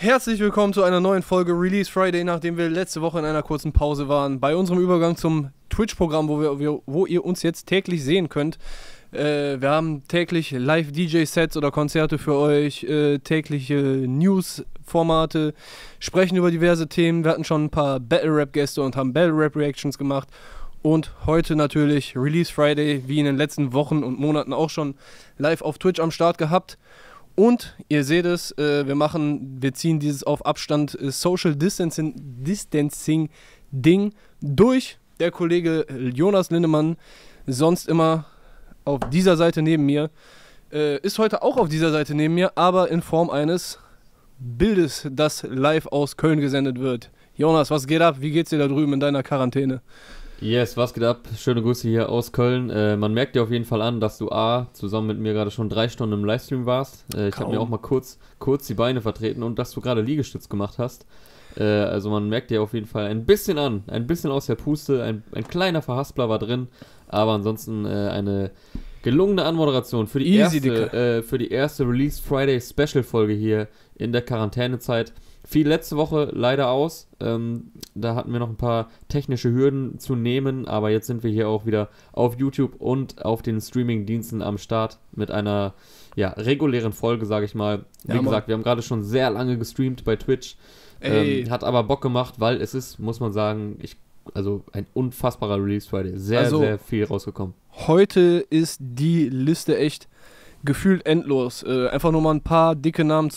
Herzlich willkommen zu einer neuen Folge Release Friday, nachdem wir letzte Woche in einer kurzen Pause waren. Bei unserem Übergang zum Twitch-Programm, wo ihr uns jetzt täglich sehen könnt. Wir haben täglich Live-DJ-Sets oder Konzerte für euch, tägliche News-Formate, sprechen über diverse Themen. Wir hatten schon ein paar Battle-Rap-Gäste und haben Battle-Rap-Reactions gemacht. Und heute natürlich Release Friday, wie in den letzten Wochen und Monaten auch schon live auf Twitch am Start gehabt. Und ihr seht es, wir ziehen dieses auf Abstand Social Distancing Ding durch. Der Kollege Jonas Lindemann, sonst immer auf dieser Seite neben mir, ist heute auch auf dieser Seite neben mir, aber in Form eines Bildes, das live aus Köln gesendet wird. Jonas, was geht ab? Wie geht's dir da drüben in deiner Quarantäne? Yes, was geht ab? Schöne Grüße hier aus Köln. Man merkt dir auf jeden Fall an, dass du zusammen mit mir gerade schon 3 Stunden im Livestream warst. Ich habe mir auch mal kurz die Beine vertreten und dass du gerade Liegestütz gemacht hast. Also man merkt dir auf jeden Fall ein bisschen an, ein bisschen aus der Puste, ein kleiner Verhaspler war drin, aber ansonsten eine gelungene Anmoderation für die erste Release Friday Special Folge hier in der Quarantänezeit. Fiel letzte Woche leider aus, da hatten wir noch ein paar technische Hürden zu nehmen, aber jetzt sind wir hier auch wieder auf YouTube und auf den Streaming-Diensten am Start mit einer regulären Folge, sage ich mal. Wie gesagt, wir haben gerade schon sehr lange gestreamt bei Twitch, hat aber Bock gemacht, weil es ist, muss man sagen, ein unfassbarer Release Friday, sehr viel rausgekommen. Heute ist die Liste echt gefühlt endlos, einfach nur mal ein paar dicke Namen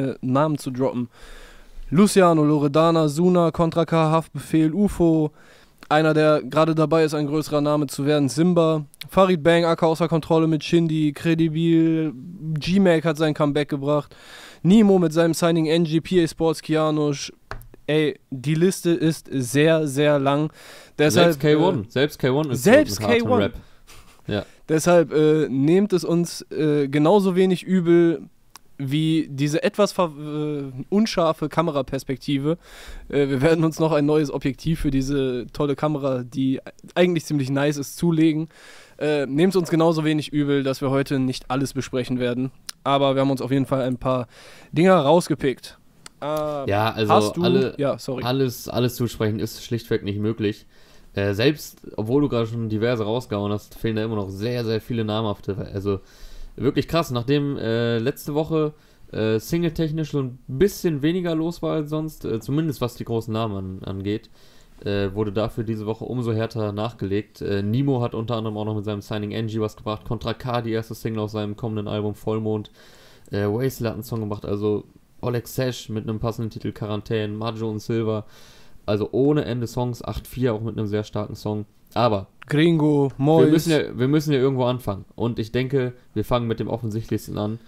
zu droppen. Luciano, Loredana, Suna, Contra K, Haftbefehl, UFO, einer, der gerade dabei ist, ein größerer Name zu werden, Simba, Farid Bang, AK außer Kontrolle mit Shindy, Credibil, G-Mac hat sein Comeback gebracht, Nemo mit seinem Signing NG, PA Sports, Kianosch. Die Liste ist sehr, sehr lang. Deshalb, selbst K1 ist selbst mit K1. Rap. Ja. Deshalb nehmt es uns genauso wenig übel wie diese etwas unscharfe Kameraperspektive. Wir werden uns noch ein neues Objektiv für diese tolle Kamera, die eigentlich ziemlich nice ist, zulegen. Nehmt es uns genauso wenig übel, dass wir heute nicht alles besprechen werden. Aber wir haben uns auf jeden Fall ein paar Dinger rausgepickt. Alles zu besprechen ist schlichtweg nicht möglich. Selbst, obwohl du gerade schon diverse rausgehauen hast, fehlen da immer noch sehr, sehr viele namhafte. Also wirklich krass, nachdem letzte Woche singletechnisch so ein bisschen weniger los war als sonst, zumindest was die großen Namen angeht, wurde dafür diese Woche umso härter nachgelegt. Nemo hat unter anderem auch noch mit seinem Signing NG was gebracht, Contra K, die erste Single aus seinem kommenden Album Vollmond, Wastel hat einen Song gemacht, also Oleg Sesh mit einem passenden Titel Quarantäne, Majo und Silva, also ohne Ende Songs, 8-4 auch mit einem sehr starken Song. Aber Gringo, Mois. Wir müssen ja irgendwo anfangen. Und ich denke, wir fangen mit dem offensichtlichsten an.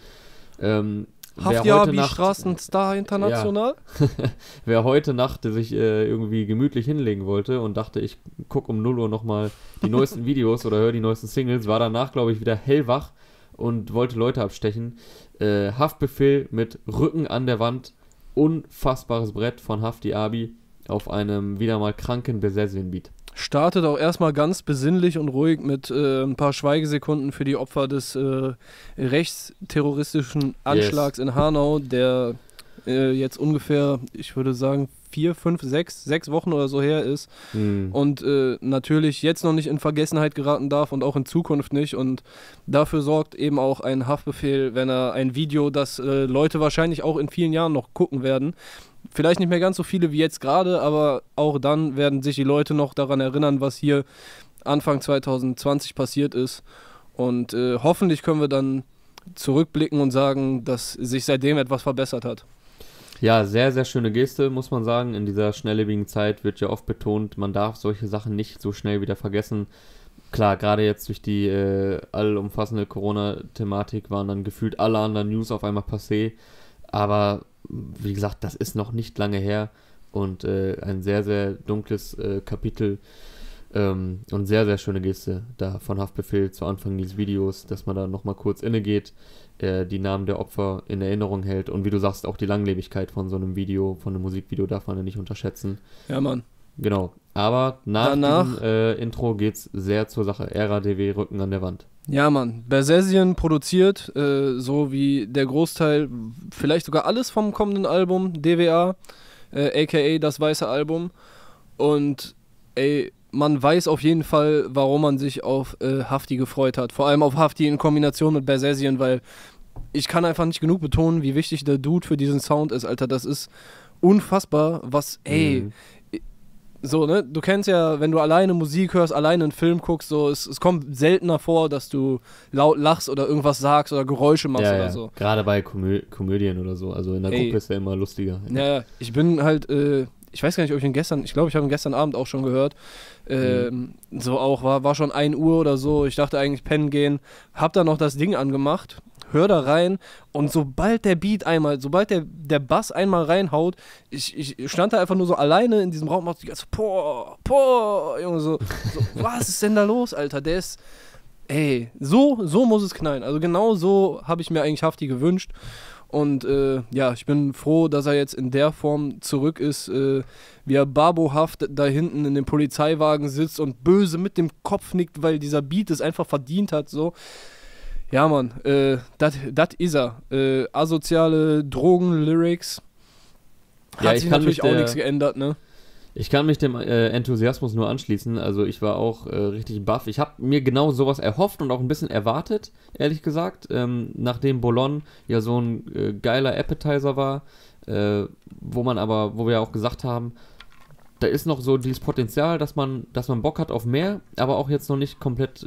Haftiabi, Straßenstar international. Ja. Wer heute Nacht sich irgendwie gemütlich hinlegen wollte und dachte, ich gucke um 0 Uhr nochmal die neuesten Videos oder höre die neuesten Singles, war danach, glaube ich, wieder hellwach und wollte Leute abstechen. Haftbefehl mit Rücken an der Wand. Unfassbares Brett von Haftiabi auf einem wieder mal kranken Besessin-Beat. Startet auch erstmal ganz besinnlich und ruhig mit ein paar Schweigesekunden für die Opfer des rechtsterroristischen Anschlags in Hanau, der jetzt ungefähr, ich würde sagen, 4, 5, 6 Wochen oder so her ist und natürlich jetzt noch nicht in Vergessenheit geraten darf und auch in Zukunft nicht, und dafür sorgt eben auch ein Haftbefehl, wenn er ein Video, das Leute wahrscheinlich auch in vielen Jahren noch gucken werden, vielleicht nicht mehr ganz so viele wie jetzt gerade, aber auch dann werden sich die Leute noch daran erinnern, was hier Anfang 2020 passiert ist, und hoffentlich können wir dann zurückblicken und sagen, dass sich seitdem etwas verbessert hat. Ja, sehr, sehr schöne Geste, muss man sagen. In dieser schnelllebigen Zeit wird ja oft betont, man darf solche Sachen nicht so schnell wieder vergessen. Klar, gerade jetzt durch die allumfassende Corona-Thematik waren dann gefühlt alle anderen News auf einmal passé. Aber wie gesagt, das ist noch nicht lange her und ein sehr, sehr dunkles Kapitel und sehr, sehr schöne Geste da von Haftbefehl zu Anfang dieses Videos, dass man da nochmal kurz innegeht, die Namen der Opfer in Erinnerung hält und wie du sagst, auch die Langlebigkeit von so einem Video, von einem Musikvideo darf man ja nicht unterschätzen. Ja, Mann. Genau. Aber Danach, diesem Intro geht's sehr zur Sache. RADW Rücken an der Wand. ja Mann, Bersesian produziert, so wie der Großteil, vielleicht sogar alles vom kommenden Album, DWA, aka das weiße Album. Und ey, man weiß auf jeden Fall, warum man sich auf Hafti gefreut hat. Vor allem auf Hafti in Kombination mit Bersesian, weil ich kann einfach nicht genug betonen, wie wichtig der Dude für diesen Sound ist, Alter. Das ist unfassbar, was, ey, so, ne, du kennst ja, wenn du alleine Musik hörst, alleine einen Film guckst, so, es kommt seltener vor, dass du laut lachst oder irgendwas sagst oder Geräusche machst Ja, oder ja. so. Gerade bei Komödien oder so. Also in der Ey. Gruppe ist ja immer lustiger. Ja, ich bin halt, ich weiß gar nicht, ob ich ihn gestern, ich glaube, ich habe ihn gestern Abend auch schon gehört. So auch, war schon 1 Uhr oder so. Ich dachte eigentlich pennen gehen. Hab dann noch das Ding angemacht, hör da rein und sobald der Beat einmal, sobald der Bass einmal reinhaut, ich stand da einfach nur so alleine in diesem Raum und machte die ganze Junge, so, was ist denn da los, Alter? Der ist, ey, so muss es knallen. Also genau so habe ich mir eigentlich Hafti gewünscht. Und ja, ich bin froh, dass er jetzt in der Form zurück ist, wie er babohaft da hinten in dem Polizeiwagen sitzt und böse mit dem Kopf nickt, weil dieser Beat es einfach verdient hat, so. Ja, Mann, das is er. Asoziale Drogen-Lyrics. Hat sich natürlich auch nichts geändert, ne? Ich kann mich dem Enthusiasmus nur anschließen. Also ich war auch richtig baff. Ich habe mir genau sowas erhofft und auch ein bisschen erwartet, ehrlich gesagt. Nachdem Bolon ja so ein geiler Appetizer war, wo wir ja auch gesagt haben, da ist noch so dieses Potenzial, dass man Bock hat auf mehr, aber auch jetzt noch nicht komplett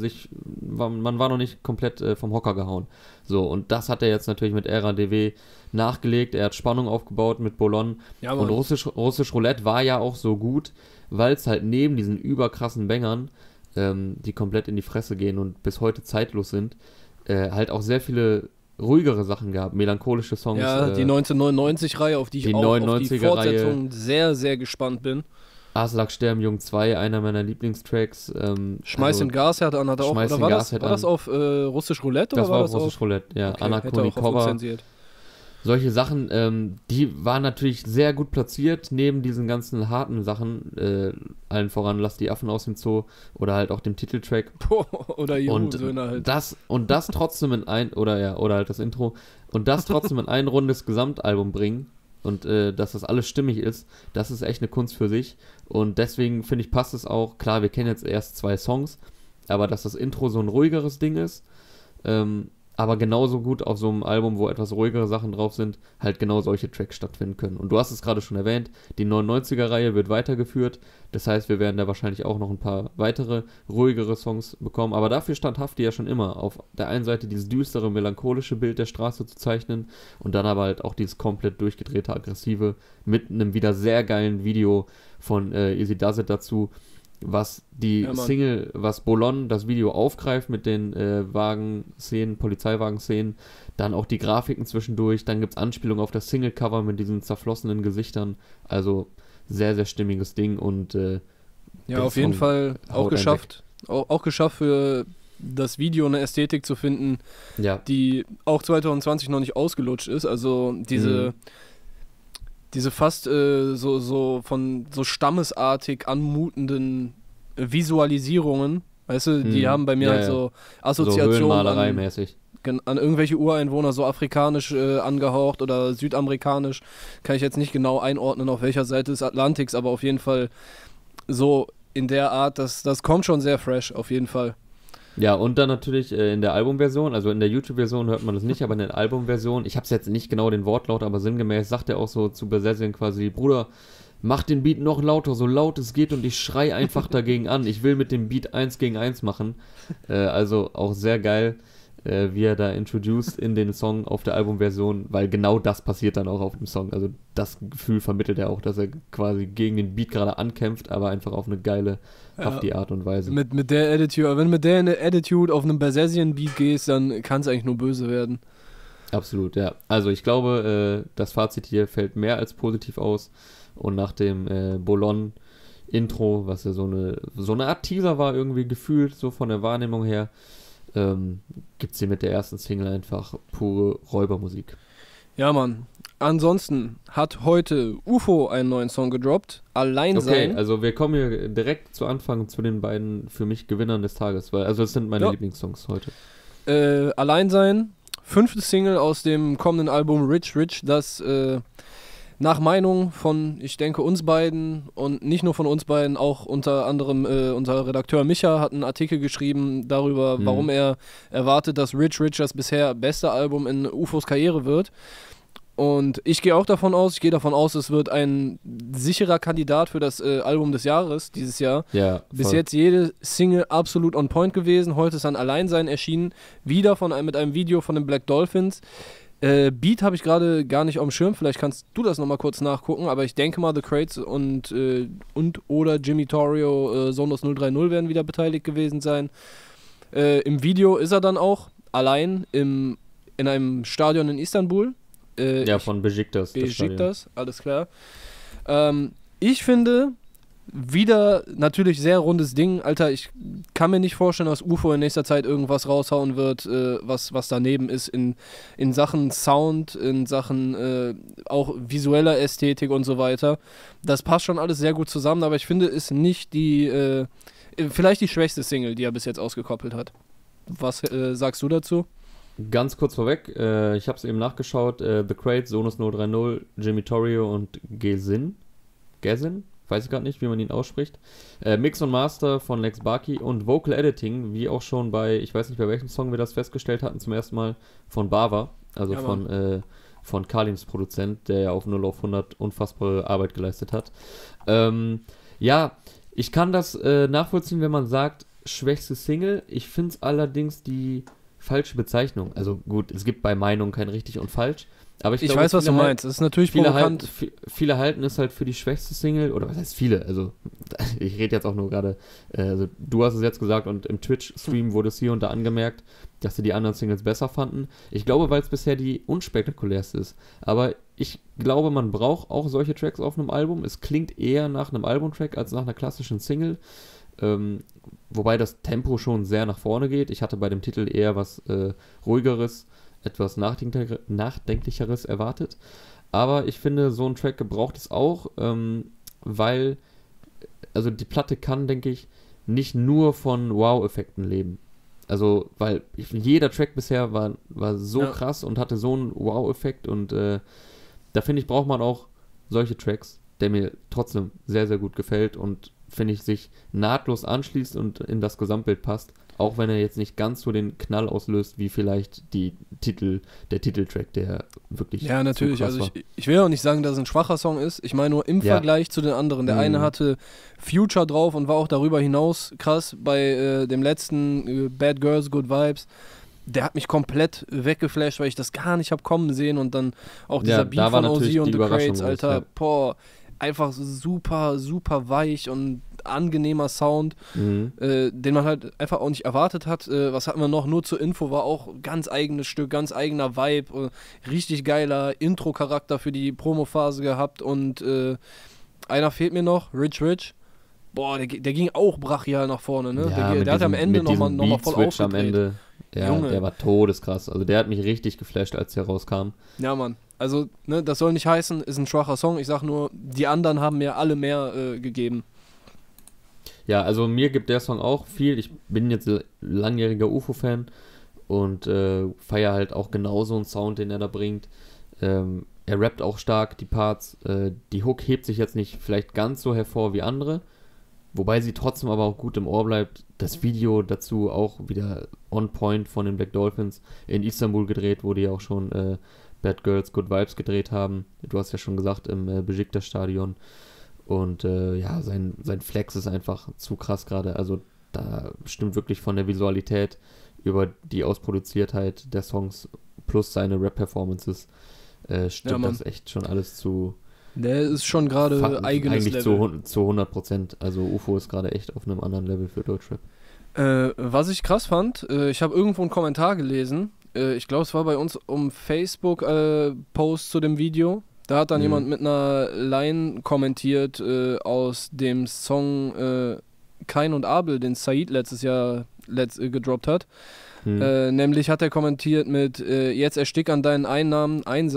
man war noch nicht komplett vom Hocker gehauen. So, und das hat er jetzt natürlich mit RADW nachgelegt. Er hat Spannung aufgebaut mit Bolon. Ja, und Russisch Roulette war ja auch so gut, weil es halt neben diesen überkrassen Bängern, die komplett in die Fresse gehen und bis heute zeitlos sind, halt auch sehr viele ruhigere Sachen gab, melancholische Songs. Ja, die 1999-Reihe, auf die ich auch auf die Fortsetzung sehr, sehr gespannt bin. Aslak Sterben Jung 2, einer meiner Lieblingstracks. Schmeiß den Gasherd an, hat er auch, oder war das auf Russisch Roulette? Das war auf Russisch Roulette, ja. Okay, Anna Kournikova. Solche Sachen, die waren natürlich sehr gut platziert, neben diesen ganzen harten Sachen, allen voran Lass die Affen aus dem Zoo oder halt auch dem Titeltrack. Oder Juhu-Söhne halt. Das trotzdem oder halt das Intro, und das trotzdem in ein rundes Gesamtalbum bringen und dass das alles stimmig ist, das ist echt eine Kunst für sich, und deswegen finde ich, passt es auch, klar, wir kennen jetzt erst 2 Songs, aber dass das Intro so ein ruhigeres Ding ist, aber genauso gut auf so einem Album, wo etwas ruhigere Sachen drauf sind, halt genau solche Tracks stattfinden können. Und du hast es gerade schon erwähnt, die 99er-Reihe wird weitergeführt. Das heißt, wir werden da wahrscheinlich auch noch ein paar weitere, ruhigere Songs bekommen. Aber dafür stand Hafti ja schon immer. Auf der einen Seite dieses düstere, melancholische Bild der Straße zu zeichnen und dann aber halt auch dieses komplett durchgedrehte, aggressive mit einem wieder sehr geilen Video von Easy Does It dazu, was die Single, was Bolon das Video aufgreift mit den Wagenszenen, Polizeiwagenszenen, dann auch die Grafiken zwischendurch, dann gibt es Anspielungen auf das Single-Cover mit diesen zerflossenen Gesichtern, also sehr, sehr stimmiges Ding, und ja, auf jeden Fall auch geschafft für das Video eine Ästhetik zu finden, die auch 2020 noch nicht ausgelutscht ist, also diese fast so stammesartig anmutenden Visualisierungen, weißt du, die haben bei mir halt so Assoziationen an irgendwelche Ureinwohner, so afrikanisch angehaucht oder südamerikanisch, kann ich jetzt nicht genau einordnen, auf welcher Seite des Atlantiks, aber auf jeden Fall so in der Art, das kommt schon sehr fresh, auf jeden Fall. Ja, und dann natürlich in der Albumversion, also in der YouTube-Version hört man das nicht, aber in der Albumversion, ich hab's jetzt nicht genau den Wortlaut, aber sinngemäß sagt er auch so zu Bersesian quasi, Bruder, mach den Beat noch lauter, so laut es geht, und ich schrei einfach dagegen an. Ich will mit dem Beat 1 gegen 1 machen. Also auch sehr geil, wie er da introduced in den Song auf der Albumversion, weil genau das passiert dann auch auf dem Song. Also das Gefühl vermittelt er auch, dass er quasi gegen den Beat gerade ankämpft, aber einfach auf eine geile, hafte Art und Weise. Mit der Attitude, wenn du mit der Attitude auf einem Bersesian-Beat gehst, dann kann es eigentlich nur böse werden. Absolut, ja. Also ich glaube, das Fazit hier fällt mehr als positiv aus, und nach dem Bolon-Intro, was ja so eine Art Teaser war irgendwie gefühlt, so von der Wahrnehmung her, gibt es hier mit der ersten Single einfach pure Räubermusik. Ja, Mann. Ansonsten hat heute UFO einen neuen Song gedroppt, Allein sein. Okay, also wir kommen hier direkt zu Anfang zu den beiden für mich Gewinnern des Tages, weil also das sind meine Lieblingssongs heute. Allein sein, 5. Single aus dem kommenden Album Rich Rich, das nach Meinung von, ich denke, uns beiden und nicht nur von uns beiden, auch unter anderem unser Redakteur Micha hat einen Artikel geschrieben darüber, warum er erwartet, dass Rich Rich das bisher beste Album in UFOs Karriere wird. Und ich gehe davon aus, es wird ein sicherer Kandidat für das Album des Jahres dieses Jahr. Ja, bis jetzt jede Single absolut on point gewesen. Heute ist ein Alleinsein erschienen, wieder mit einem Video von den Black Dolphins. Beat habe ich gerade gar nicht auf dem Schirm, vielleicht kannst du das nochmal kurz nachgucken, aber ich denke mal, The Crates und oder Jimmy Torrio, Sonos 030 werden wieder beteiligt gewesen sein. Im Video ist er dann auch allein in einem Stadion in Istanbul. Von Besiktas. Besiktas, alles klar. Ich finde, wieder natürlich sehr rundes Ding. Alter, ich kann mir nicht vorstellen, dass UFO in nächster Zeit irgendwas raushauen wird, was daneben ist in Sachen Sound, in Sachen auch visueller Ästhetik und so weiter. Das passt schon alles sehr gut zusammen, aber ich finde, es nicht vielleicht die schwächste Single, die er bis jetzt ausgekoppelt hat. Was sagst du dazu? Ganz kurz vorweg, ich habe es eben nachgeschaut, The Crates, Sonos 030, Jimmy Torrio und Gezin, weiß ich gerade nicht, wie man ihn ausspricht. Mix und Master von Lex Baki und Vocal Editing, wie auch schon ich weiß nicht, bei welchem Song wir das festgestellt hatten, zum ersten Mal von Bava, also von Kalims Produzent, der ja auf 0 auf 100 unfassbare Arbeit geleistet hat. Ich kann das nachvollziehen, wenn man sagt, schwächste Single. Ich finde es allerdings die falsche Bezeichnung. Also gut, es gibt bei Meinung kein richtig und falsch. Aber ich glaube, weiß, was du meinst. Das ist natürlich provokant. Viele halten es halt für die schwächste Single, oder was heißt viele? Also, ich rede jetzt auch nur gerade, also du hast es jetzt gesagt und im Twitch-Stream wurde es hier und da angemerkt, dass sie die anderen Singles besser fanden. Ich glaube, weil es bisher die unspektakulärste ist. Aber ich glaube, man braucht auch solche Tracks auf einem Album. Es klingt eher nach einem Albumtrack als nach einer klassischen Single. Wobei das Tempo schon sehr nach vorne geht. Ich hatte bei dem Titel eher was ruhigeres, etwas nachdenklicheres erwartet. Aber ich finde, so ein Track gebraucht es auch, weil also die Platte kann, denke ich, nicht nur von Wow-Effekten leben. Also, weil jeder Track bisher war so krass und hatte so einen Wow-Effekt und da finde ich, braucht man auch solche Tracks, der mir trotzdem sehr, sehr gut gefällt und finde ich, sich nahtlos anschließt und in das Gesamtbild passt, auch wenn er jetzt nicht ganz so den Knall auslöst, wie vielleicht der Titeltrack, der wirklich ja, natürlich, also ich will auch nicht sagen, dass es ein schwacher Song ist, ich meine nur im Vergleich zu den anderen. Der eine hatte Future drauf und war auch darüber hinaus krass bei dem letzten Bad Girls, Good Vibes. Der hat mich komplett weggeflasht, weil ich das gar nicht habe kommen sehen und dann auch dieser Beat von OZ und The Crates, Alter, einfach super, super weich und angenehmer Sound, den man halt einfach auch nicht erwartet hat. Was hatten wir noch? Nur zur Info, war auch ganz eigenes Stück, ganz eigener Vibe, richtig geiler Intro-Charakter für die Promo-Phase gehabt und einer fehlt mir noch, Rich Rich. Boah, der ging auch brachial nach vorne, ne? Ja, der hat am Ende nochmal voll aufgedreht. Am Ende, ja, Junge. Der war todeskrass. Also der hat mich richtig geflasht, als der rauskam. Ja, Mann. Also, ne, das soll nicht heißen, ist ein schwacher Song. Ich sag nur, die anderen haben mir alle mehr gegeben. Ja, also mir gibt der Song auch viel. Ich bin jetzt langjähriger UFO-Fan und feiere halt auch genauso einen Sound, den er da bringt. Er rappt auch stark, die Parts. Die Hook hebt sich jetzt nicht vielleicht ganz so hervor wie andere, wobei sie trotzdem aber auch gut im Ohr bleibt. Das Video dazu auch wieder on point von den Black Dolphins in Istanbul gedreht, wo die auch schon Bad Girls, Good Vibes gedreht haben. Du hast ja schon gesagt, im Besiktas Stadion. Und sein Flex ist einfach zu krass gerade. Also da stimmt wirklich von der Visualität über die Ausproduziertheit der Songs plus seine Rap-Performances stimmt das echt schon alles zu... Der ist schon gerade eigenes eigentlich Level. Zu 100%. Also UFO ist gerade echt auf einem anderen Level für Deutschrap. Was ich krass fand, ich habe irgendwo einen Kommentar gelesen, ich glaube, es war bei uns um Facebook-Post zu dem Video. Da hat dann jemand mit einer Line kommentiert aus dem Song Kain und Abel, den Said letztes Jahr gedroppt hat. Nämlich hat er kommentiert mit jetzt erstick an deinen Einnahmen einsam,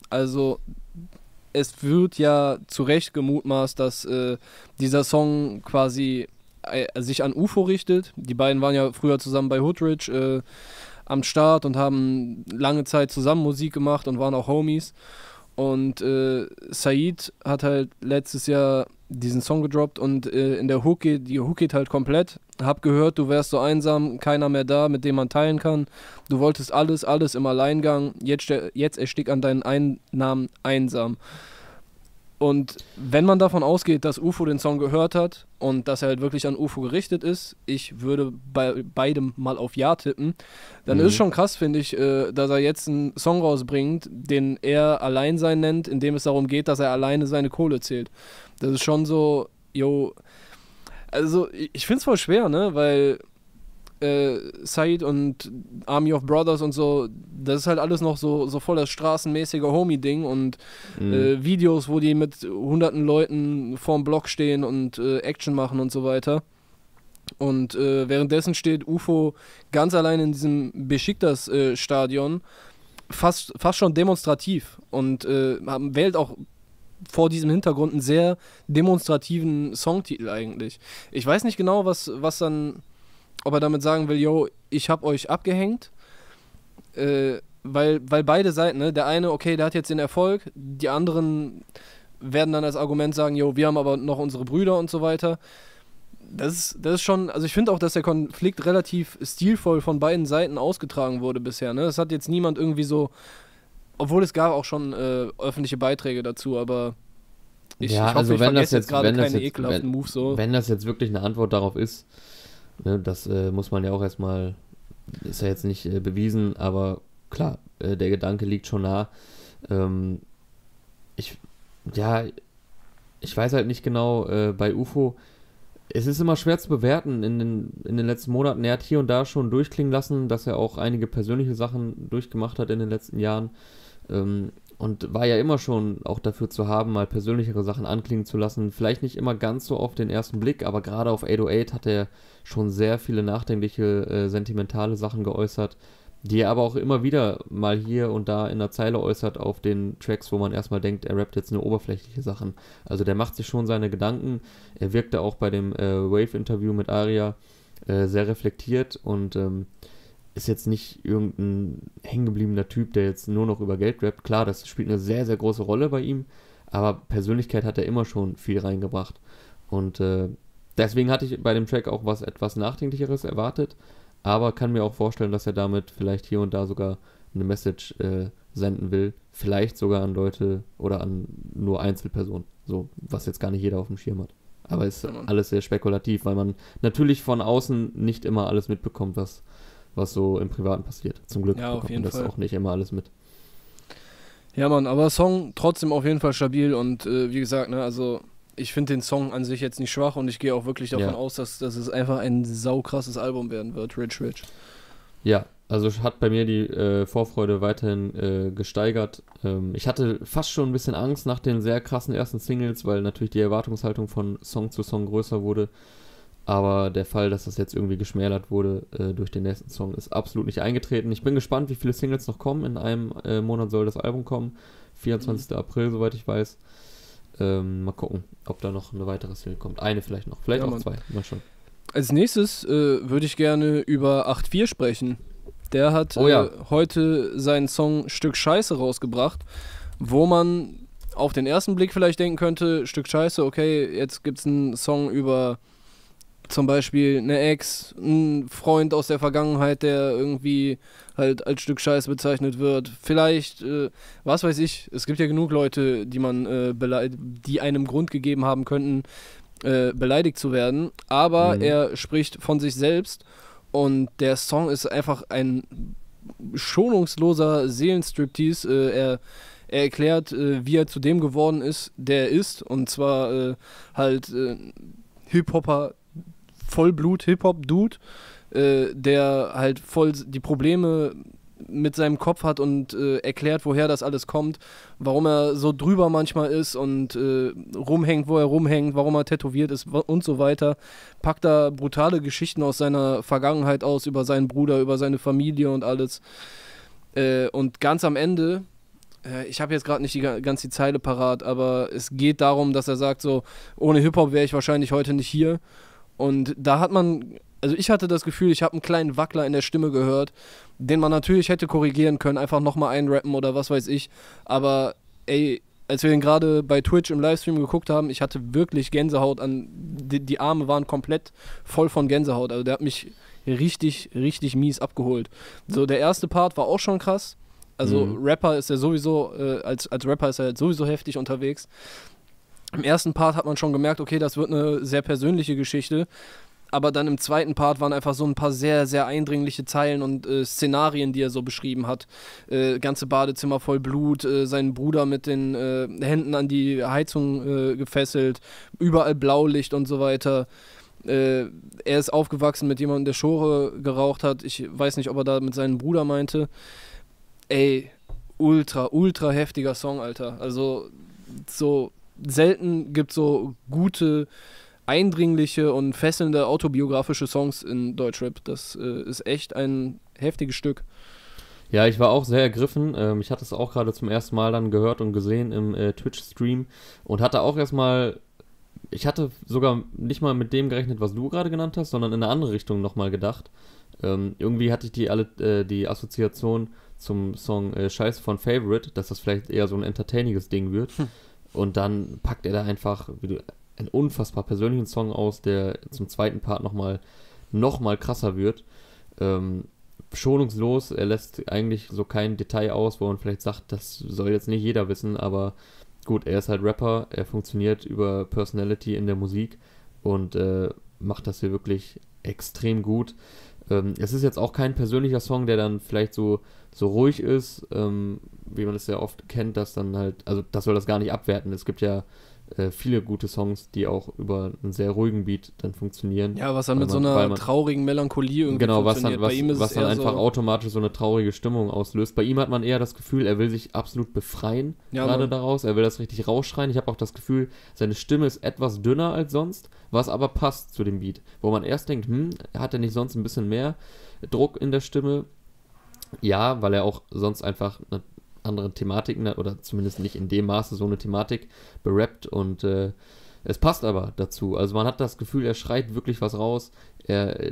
Also es wird ja zu Recht gemutmaßt, dass dieser Song quasi sich an UFO richtet. Die beiden waren ja früher zusammen bei Hoodrich am Start und haben lange Zeit zusammen Musik gemacht und waren auch Homies. Und Said hat halt letztes Jahr diesen Song gedroppt und in der Hook die Hook geht halt komplett. Hab gehört, du wärst so einsam, keiner mehr da, mit dem man teilen kann. Du wolltest alles im Alleingang. Jetzt erstick an deinen Einnahmen einsam. Und wenn man davon ausgeht, dass UFO den Song gehört hat und dass er halt wirklich an UFO gerichtet ist, ich würde bei beidem mal auf Ja tippen, dann ist es schon krass, finde ich, dass er jetzt einen Song rausbringt, den er Alleinsein nennt, in dem es darum geht, dass er alleine seine Kohle zählt. Das ist schon so, also ich finde es voll schwer, ne, weil Said und Army of Brothers und so, das ist halt alles noch so voll das straßenmäßige Homie-Ding und Videos, wo die mit hunderten Leuten vorm Block stehen und Action machen und so weiter. Und währenddessen steht UFO ganz allein in diesem Besiktas-Stadion, fast schon demonstrativ und wählt auch vor diesem Hintergrund einen sehr demonstrativen Songtitel eigentlich. Ich weiß nicht genau, was dann, ob er damit sagen will, ich hab euch abgehängt, weil beide Seiten, ne, der eine, okay, der hat jetzt den Erfolg, die anderen werden dann als Argument sagen, wir haben aber noch unsere Brüder und so weiter. Das ist schon, also ich finde auch, dass der Konflikt relativ stilvoll von beiden Seiten ausgetragen wurde bisher, ne? Es hat jetzt niemand irgendwie so, obwohl es gab auch schon öffentliche Beiträge dazu, aber ich hoffe, ich vergesse jetzt gerade keine ekelhaften Moves so. Wenn das jetzt wirklich eine Antwort darauf ist, ne, das muss man ja auch erstmal, ist ja jetzt nicht bewiesen, aber klar, der Gedanke liegt schon nah. Ich weiß halt nicht genau, bei UFO, es ist immer schwer zu bewerten in den letzten Monaten. Er hat hier und da schon durchklingen lassen, dass er auch einige persönliche Sachen durchgemacht hat in den letzten Jahren. Und war ja immer schon auch dafür zu haben, mal persönlichere Sachen anklingen zu lassen. Vielleicht nicht immer ganz so auf den ersten Blick, aber gerade auf 808 hat er schon sehr viele nachdenkliche, sentimentale Sachen geäußert, die er aber auch immer wieder mal hier und da in der Zeile äußert auf den Tracks, wo man erstmal denkt, er rappt jetzt nur oberflächliche Sachen. Also der macht sich schon seine Gedanken. Er wirkte auch bei dem Wave-Interview mit Aria sehr reflektiert und ist jetzt nicht irgendein hängengebliebener Typ, der jetzt nur noch über Geld rappt. Klar, das spielt eine sehr, sehr große Rolle bei ihm, aber Persönlichkeit hat er immer schon viel reingebracht. Und deswegen hatte ich bei dem Track auch was etwas Nachdenklicheres erwartet, aber kann mir auch vorstellen, dass er damit vielleicht hier und da sogar eine Message senden will. Vielleicht sogar an Leute oder an nur Einzelpersonen, so, was jetzt gar nicht jeder auf dem Schirm hat. Aber ist alles sehr spekulativ, weil man natürlich von außen nicht immer alles mitbekommt, was so im Privaten passiert. Zum Glück bekommt man das auch nicht immer alles mit. Ja, Mann, aber Song trotzdem auf jeden Fall stabil und wie gesagt, ne, also ich finde den Song an sich jetzt nicht schwach und ich gehe auch wirklich davon aus, dass es einfach ein saukrasses Album werden wird, Rich Rich. Ja, also hat bei mir die Vorfreude weiterhin gesteigert. Ich hatte fast schon ein bisschen Angst nach den sehr krassen ersten Singles, weil natürlich die Erwartungshaltung von Song zu Song größer wurde. Aber der Fall, dass das jetzt irgendwie geschmälert wurde durch den nächsten Song, ist absolut nicht eingetreten. Ich bin gespannt, wie viele Singles noch kommen. In einem Monat soll das Album kommen. 24. April, soweit ich weiß. Mal gucken, ob da noch eine weitere Single kommt. Eine vielleicht noch. Vielleicht auch zwei. Mal schon. Als nächstes würde ich gerne über 8-4 sprechen. Der hat heute seinen Song Stück Scheiße rausgebracht, wo man auf den ersten Blick vielleicht denken könnte, Stück Scheiße, okay, jetzt gibt's einen Song über zum Beispiel eine Ex, ein Freund aus der Vergangenheit, der irgendwie halt als Stück Scheiße bezeichnet wird. Vielleicht, was weiß ich, es gibt ja genug Leute, die man die einem Grund gegeben haben könnten, beleidigt zu werden. Aber er spricht von sich selbst und der Song ist einfach ein schonungsloser Seelenstriptease. Er erklärt, wie er zu dem geworden ist, der er ist. Und zwar halt Hip-Hopper, Vollblut-Hip-Hop-Dude, der halt voll die Probleme mit seinem Kopf hat und erklärt, woher das alles kommt, warum er so drüber manchmal ist und rumhängt, wo er rumhängt, warum er tätowiert ist und so weiter. Packt da brutale Geschichten aus seiner Vergangenheit aus, über seinen Bruder, über seine Familie und alles. Und ganz am Ende Ich habe jetzt gerade nicht ganz die Zeile parat, aber es geht darum, dass er sagt so, ohne Hip-Hop wäre ich wahrscheinlich heute nicht hier. Und da hat man, also ich hatte das Gefühl, ich habe einen kleinen Wackler in der Stimme gehört, den man natürlich hätte korrigieren können, einfach nochmal einrappen oder was weiß ich. Aber ey, als wir den gerade bei Twitch im Livestream geguckt haben, ich hatte wirklich Gänsehaut die Arme waren komplett voll von Gänsehaut. Also der hat mich richtig, richtig mies abgeholt. So, der erste Part war auch schon krass. Also Rapper ist er sowieso, als Rapper ist er halt sowieso heftig unterwegs. Im ersten Part hat man schon gemerkt, okay, das wird eine sehr persönliche Geschichte. Aber dann im zweiten Part waren einfach so ein paar sehr, sehr eindringliche Zeilen und Szenarien, die er so beschrieben hat. Ganze Badezimmer voll Blut, seinen Bruder mit den Händen an die Heizung gefesselt, überall Blaulicht und so weiter. Er ist aufgewachsen mit jemandem, der Schore geraucht hat. Ich weiß nicht, ob er da mit seinem Bruder meinte. Ey, ultra, ultra heftiger Song, Alter. Also so selten gibt es so gute, eindringliche und fesselnde autobiografische Songs in Deutschrap. Das ist echt ein heftiges Stück. Ja, ich war auch sehr ergriffen. Ich hatte es auch gerade zum ersten Mal dann gehört und gesehen im Twitch-Stream und hatte auch erstmal, ich hatte sogar nicht mal mit dem gerechnet, was du gerade genannt hast, sondern in eine andere Richtung nochmal gedacht. Irgendwie hatte ich die Assoziation zum Song Scheiße von Favorite, dass das vielleicht eher so ein entertainiges Ding wird. Und dann packt er da einfach einen unfassbar persönlichen Song aus, der zum zweiten Part nochmal krasser wird. Schonungslos, er lässt eigentlich so kein Detail aus, wo man vielleicht sagt, das soll jetzt nicht jeder wissen, aber gut, er ist halt Rapper, er funktioniert über Personality in der Musik und macht das hier wirklich extrem gut. Es ist jetzt auch kein persönlicher Song, der dann vielleicht so ruhig ist, wie man es ja oft kennt, dass dann halt, also das soll das gar nicht abwerten. Es gibt ja viele gute Songs, die auch über einen sehr ruhigen Beat dann funktionieren. Ja, was dann mit so einer traurigen Melancholie irgendwie funktioniert. Bei ihm ist was dann einfach automatisch so eine traurige Stimmung auslöst. Bei ihm hat man eher das Gefühl, er will sich absolut befreien, gerade daraus. Er will das richtig rausschreien. Ich habe auch das Gefühl, seine Stimme ist etwas dünner als sonst, was aber passt zu dem Beat. Wo man erst denkt, hat er nicht sonst ein bisschen mehr Druck in der Stimme? Ja, weil er auch sonst einfach eine andere Thematiken oder zumindest nicht in dem Maße so eine Thematik berappt und es passt aber dazu. Also man hat das Gefühl, er schreit wirklich was raus, er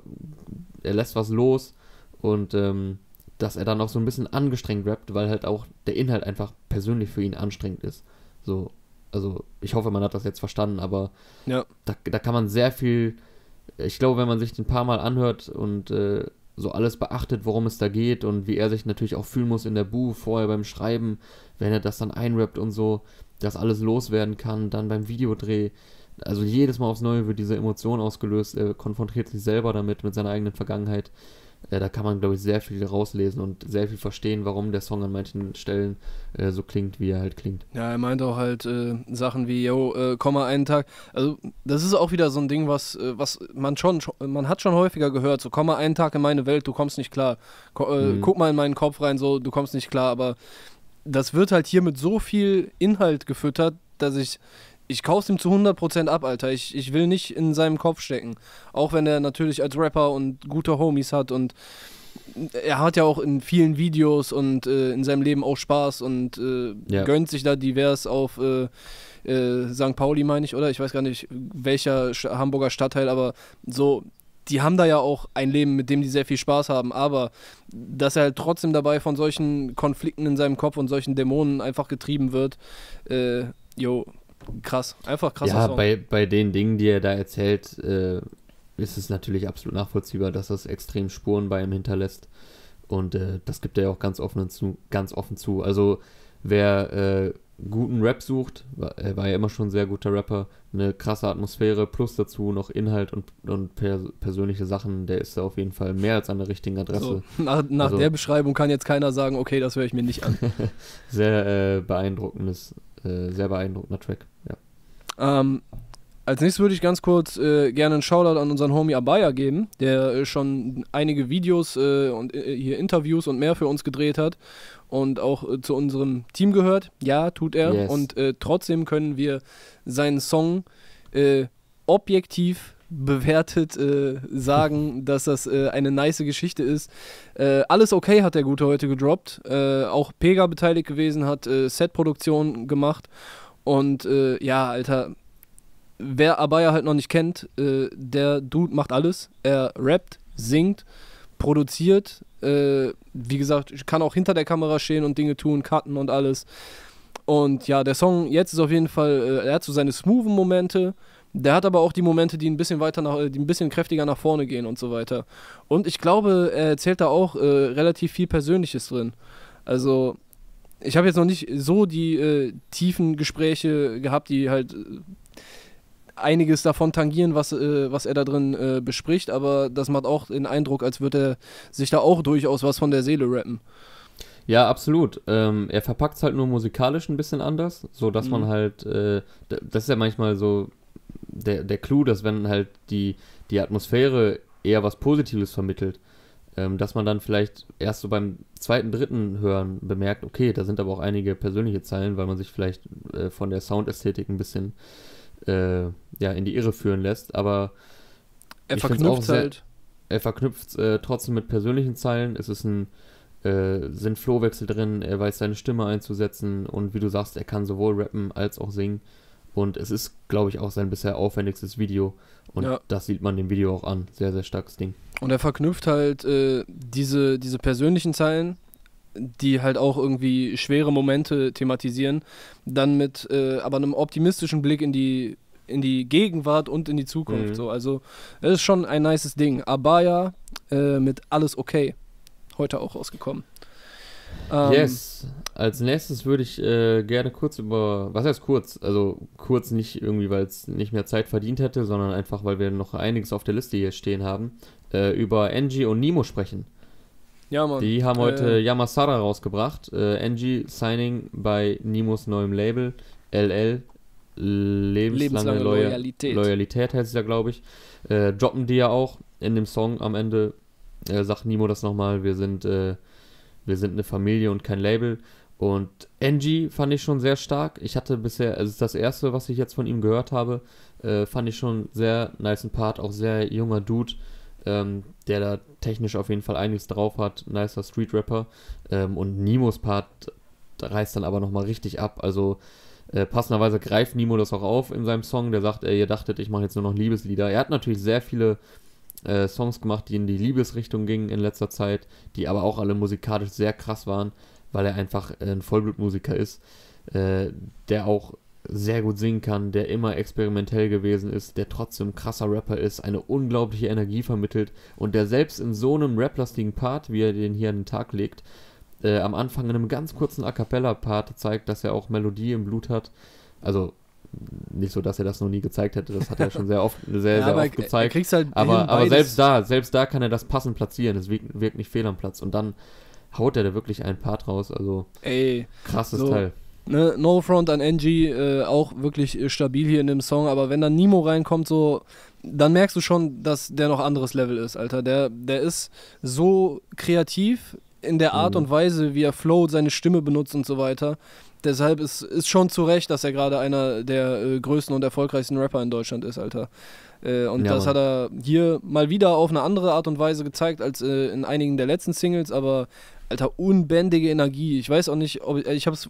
lässt was los und dass er dann auch so ein bisschen angestrengt rappt, weil halt auch der Inhalt einfach persönlich für ihn anstrengend ist. So, also ich hoffe, man hat das jetzt verstanden, aber ja. Da kann man sehr viel, ich glaube, wenn man sich den ein paar Mal anhört und so alles beachtet, worum es da geht und wie er sich natürlich auch fühlen muss in der Booth, vorher beim Schreiben, wenn er das dann einrappt und so, dass alles loswerden kann, dann beim Videodreh. Also jedes Mal aufs Neue wird diese Emotion ausgelöst, er konfrontiert sich selber damit, mit seiner eigenen Vergangenheit. Da kann man, glaube ich, sehr viel rauslesen und sehr viel verstehen, warum der Song an manchen Stellen so klingt, wie er halt klingt. Ja, er meint auch halt Sachen wie, komm mal einen Tag. Also das ist auch wieder so ein Ding, was man hat schon häufiger gehört, so komm mal einen Tag in meine Welt, du kommst nicht klar. Guck mal in meinen Kopf rein, so du kommst nicht klar. Aber das wird halt hier mit so viel Inhalt gefüttert, dass ich kauf's ihm zu 100% ab, Alter. Ich will nicht in seinem Kopf stecken. Auch wenn er natürlich als Rapper und gute Homies hat und er hat ja auch in vielen Videos und in seinem Leben auch Spaß und gönnt sich da divers auf St. Pauli, meine ich, oder? Ich weiß gar nicht, welcher Hamburger Stadtteil, aber so, die haben da ja auch ein Leben, mit dem die sehr viel Spaß haben, aber dass er halt trotzdem dabei von solchen Konflikten in seinem Kopf und solchen Dämonen einfach getrieben wird, krass, einfach krasser Song. Ja, bei den Dingen, die er da erzählt, ist es natürlich absolut nachvollziehbar, dass das extrem Spuren bei ihm hinterlässt. Und das gibt er ja auch ganz offen zu. Also wer guten Rap sucht, er war ja immer schon ein sehr guter Rapper, eine krasse Atmosphäre, plus dazu noch Inhalt und persönliche Sachen, der ist da auf jeden Fall mehr als an der richtigen Adresse. So, nach der Beschreibung kann jetzt keiner sagen, okay, das höre ich mir nicht an. Sehr beeindruckender Track, ja. Als nächstes würde ich ganz kurz gerne einen Shoutout an unseren Homie Abaya geben, der schon einige Videos und hier Interviews und mehr für uns gedreht hat und auch zu unserem Team gehört. Ja, tut er. Yes. Und trotzdem können wir seinen Song objektiv bewertet, sagen, dass das eine nice Geschichte ist. Alles okay hat der Gute heute gedroppt. Auch Pega beteiligt gewesen, hat Setproduktion gemacht. Und ja, Alter, wer Abaya halt noch nicht kennt, der Dude macht alles. Er rappt, singt, produziert, wie gesagt, kann auch hinter der Kamera stehen und Dinge tun, cutten und alles. Und ja, der Song jetzt ist auf jeden Fall, er hat so seine smoothen Momente, der hat aber auch die Momente, die ein bisschen die ein bisschen kräftiger nach vorne gehen und so weiter. Und ich glaube, er erzählt da auch relativ viel Persönliches drin. Also, ich habe jetzt noch nicht so die tiefen Gespräche gehabt, die halt einiges davon tangieren, was er da drin bespricht, aber das macht auch den Eindruck, als würde er sich da auch durchaus was von der Seele rappen. Ja, absolut. Er verpackt es halt nur musikalisch ein bisschen anders, so dass man halt, das ist ja manchmal so der Clou, dass wenn halt die Atmosphäre eher was Positives vermittelt, dass man dann vielleicht erst so beim zweiten, dritten Hören bemerkt, okay, da sind aber auch einige persönliche Zeilen, weil man sich vielleicht von der Soundästhetik ein bisschen ja, in die Irre führen lässt, aber er verknüpft halt. Er verknüpft trotzdem mit persönlichen Zeilen. Es ist sind Flowwechsel drin, er weiß seine Stimme einzusetzen und wie du sagst, er kann sowohl rappen als auch singen und es ist, glaube ich, auch sein bisher aufwendigstes Video und das sieht man dem Video auch an. Sehr, sehr starkes Ding. Und er verknüpft halt diese persönlichen Zeilen, die halt auch irgendwie schwere Momente thematisieren, dann mit aber einem optimistischen Blick in die Gegenwart und in die Zukunft. So. Also es ist schon ein nices Ding. Abaya mit Alles okay. Heute auch rausgekommen. Yes. Als nächstes würde ich gerne kurz über, was heißt kurz? Also kurz nicht irgendwie, weil es nicht mehr Zeit verdient hätte, sondern einfach, weil wir noch einiges auf der Liste hier stehen haben, über Enjii und Nimo sprechen. Ja, Mann. Die haben heute Yamasara rausgebracht. Enjii signing bei Nimos neuem Label, LL, lebenslange Loyalität heißt es ja, glaube ich. Droppen die ja auch in dem Song am Ende. Sagt Nimo das nochmal, wir sind eine Familie und kein Label. Und Enjii fand ich schon sehr stark. Ich hatte bisher, also das erste, was ich jetzt von ihm gehört habe, fand ich schon sehr nice Part, auch sehr junger Dude, der da technisch auf jeden Fall einiges drauf hat, nicer Street-Rapper. Und Nimos Part reißt dann aber nochmal richtig ab. Also passenderweise greift Nimo das auch auf in seinem Song, der sagt, ihr dachtet, ich mache jetzt nur noch Liebeslieder. Er hat natürlich sehr viele Songs gemacht, die in die Liebesrichtung gingen in letzter Zeit, die aber auch alle musikalisch sehr krass waren, weil er einfach ein Vollblutmusiker ist, der auch sehr gut singen kann, der immer experimentell gewesen ist, der trotzdem ein krasser Rapper ist, eine unglaubliche Energie vermittelt und der selbst in so einem raplastigen Part, wie er den hier an den Tag legt, am Anfang in einem ganz kurzen A-Cappella-Part zeigt, dass er auch Melodie im Blut hat. Also nicht so, dass er das noch nie gezeigt hätte, das hat er schon sehr oft gezeigt. Halt aber selbst da kann er das passend platzieren, es wirkt nicht fehl am Platz. Und dann haut er da wirklich einen Part raus, also krasses Teil. Ne, No Front an Enjii, auch wirklich stabil hier in dem Song, aber wenn dann Nimo reinkommt, so, dann merkst du schon, dass der noch anderes Level ist, Alter. Der ist so kreativ in der Art und Weise, wie er flowt, seine Stimme benutzt und so weiter. Deshalb ist schon zu Recht, dass er gerade einer der größten und erfolgreichsten Rapper in Deutschland ist, Alter. Und das hat er hier mal wieder auf eine andere Art und Weise gezeigt als in einigen der letzten Singles, aber, Alter, unbändige Energie. Ich weiß auch nicht, ich habe es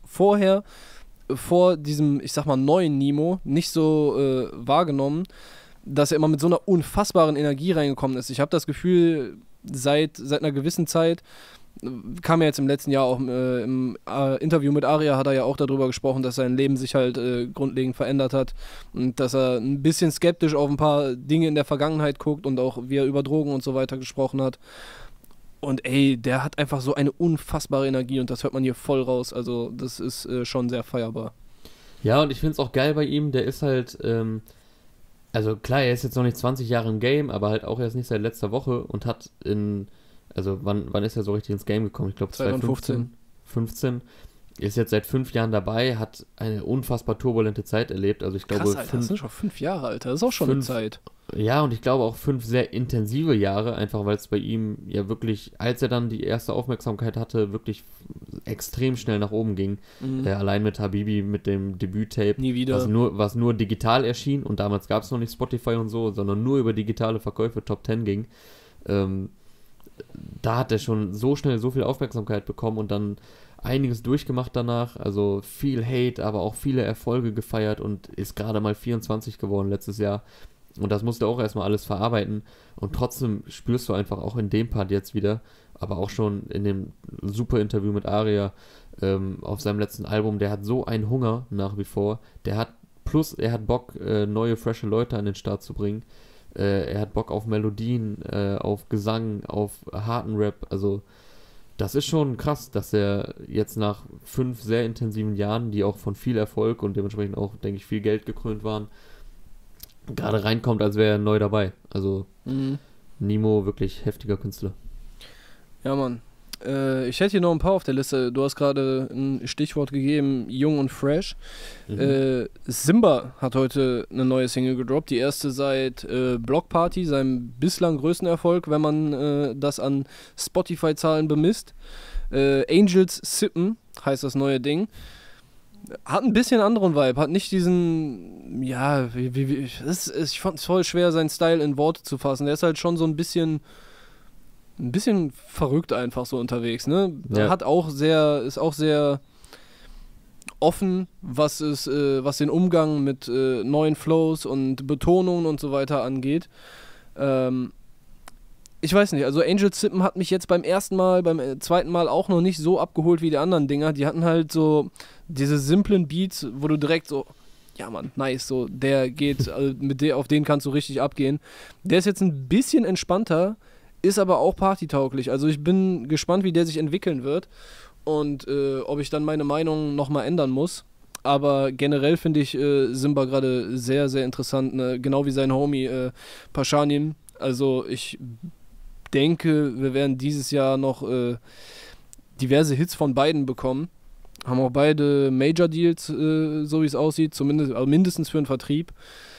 vor diesem, ich sag mal, neuen Nimo nicht so wahrgenommen, dass er immer mit so einer unfassbaren Energie reingekommen ist. Ich habe das Gefühl, seit einer gewissen Zeit, kam ja jetzt im letzten Jahr auch im Interview mit Aria, hat er ja auch darüber gesprochen, dass sein Leben sich halt grundlegend verändert hat und dass er ein bisschen skeptisch auf ein paar Dinge in der Vergangenheit guckt und auch wie er über Drogen und so weiter gesprochen hat. Und ey, der hat einfach so eine unfassbare Energie und das hört man hier voll raus. Also das ist schon sehr feierbar. Ja, und ich finde es auch geil bei ihm, der ist halt, also klar, er ist jetzt noch nicht 20 Jahre im Game, aber halt auch erst nicht seit letzter Woche und hat also wann ist er so richtig ins Game gekommen? Ich glaube 2015. ist jetzt seit 5 Jahren dabei, hat eine unfassbar turbulente Zeit erlebt. Also ich glaube, krass, Alter, das sind schon 5 Jahre, Alter. Das ist auch schon eine Zeit. Ja, und ich glaube auch 5 sehr intensive Jahre, einfach weil es bei ihm ja wirklich, als er dann die erste Aufmerksamkeit hatte, wirklich extrem schnell nach oben ging. Allein mit Habibi, mit dem Debüt-Tape, Nie wieder. Was nur digital erschien und damals gab es noch nicht Spotify und so, sondern nur über digitale Verkäufe Top 10 ging. Da hat er schon so schnell so viel Aufmerksamkeit bekommen und dann einiges durchgemacht danach, also viel Hate, aber auch viele Erfolge gefeiert und ist gerade mal 24 geworden letztes Jahr. Und das musste auch erstmal alles verarbeiten. Und trotzdem spürst du einfach auch in dem Part jetzt wieder, aber auch schon in dem super Interview mit Aria auf seinem letzten Album, der hat so einen Hunger nach wie vor. Er hat Bock, neue, frische Leute an den Start zu bringen. Er hat Bock auf Melodien, auf Gesang, auf harten Rap. Also das ist schon krass, dass er jetzt nach 5 sehr intensiven Jahren, die auch von viel Erfolg und dementsprechend auch, denke ich, viel Geld gekrönt waren, gerade reinkommt, als wäre er neu dabei. Also Nimo, wirklich heftiger Künstler. Ja, Mann. Ich hätte hier noch ein paar auf der Liste. Du hast gerade ein Stichwort gegeben, jung und fresh. Simba hat heute eine neue Single gedroppt. Die erste seit Block Party, seinem bislang größten Erfolg, wenn man das an Spotify-Zahlen bemisst. Angels Sippen heißt das neue Ding. Hat ein bisschen anderen Vibe, hat nicht diesen, ja, ich fand es voll schwer, seinen Style in Worte zu fassen. Der ist halt schon so ein bisschen verrückt einfach so unterwegs, ne? Ja. Ist auch sehr offen, was den Umgang mit neuen Flows und Betonungen und so weiter angeht. Ich weiß nicht, also Angel Sippen hat mich jetzt beim zweiten Mal auch noch nicht so abgeholt wie die anderen Dinger. Die hatten halt so diese simplen Beats, wo du direkt so, ja Mann, nice, so, der geht, also auf den kannst du richtig abgehen. Der ist jetzt ein bisschen entspannter, ist aber auch partytauglich. Also ich bin gespannt, wie der sich entwickeln wird und ob ich dann meine Meinung nochmal ändern muss. Aber generell finde ich Simba gerade sehr, sehr interessant, ne? Genau wie sein Homie Pashanin. Also ich denke, wir werden dieses Jahr noch diverse Hits von beiden bekommen. Haben auch beide Major Deals, so wie es aussieht, zumindest, also mindestens für den Vertrieb.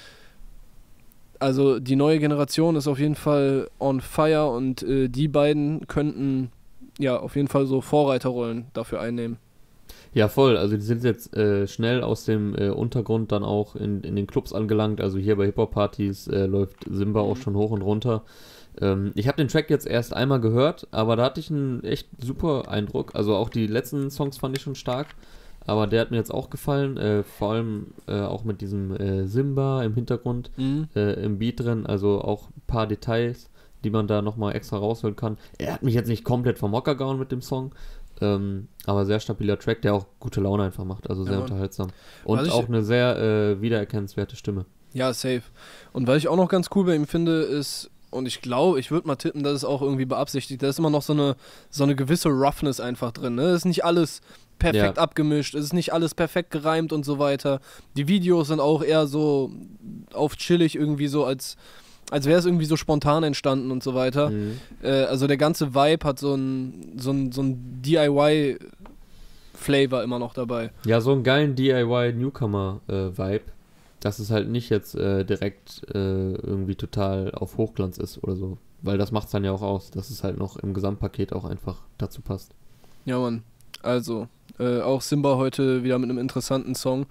Also die neue Generation ist auf jeden Fall on fire und die beiden könnten ja auf jeden Fall so Vorreiterrollen dafür einnehmen. Ja, voll. Also die sind jetzt schnell aus dem Untergrund dann auch in den Clubs angelangt. Also hier bei Hip-Hop-Partys läuft Simba auch schon hoch und runter. Ich habe den Track jetzt erst einmal gehört, aber da hatte ich einen echt super Eindruck. Also auch die letzten Songs fand ich schon stark, aber der hat mir jetzt auch gefallen. Vor allem auch mit diesem Simba im Hintergrund, im Beat drin. Also auch ein paar Details, die man da nochmal extra raushören kann. Er hat mich jetzt nicht komplett vom Hocker gehauen mit dem Song, aber sehr stabiler Track, der auch gute Laune einfach macht, also sehr unterhaltsam. Und auch eine sehr wiedererkennenswerte Stimme. Ja, safe. Und was ich auch noch ganz cool bei ihm finde, ist, und ich glaube, ich würde mal tippen, dass es auch irgendwie beabsichtigt, da ist immer noch so eine gewisse Roughness einfach drin, ne? Es ist nicht alles perfekt abgemischt, es ist nicht alles perfekt gereimt und so weiter. Die Videos sind auch eher so auf chillig irgendwie so, als wäre es irgendwie so spontan entstanden und so weiter. Also der ganze Vibe hat so ein DIY-Flavor immer noch dabei. Ja, so einen geilen DIY-Newcomer-Vibe, dass es halt nicht jetzt direkt irgendwie total auf Hochglanz ist oder so. Weil das macht es dann ja auch aus, dass es halt noch im Gesamtpaket auch einfach dazu passt. Ja, Mann. Also, auch Simba heute wieder mit einem interessanten Song.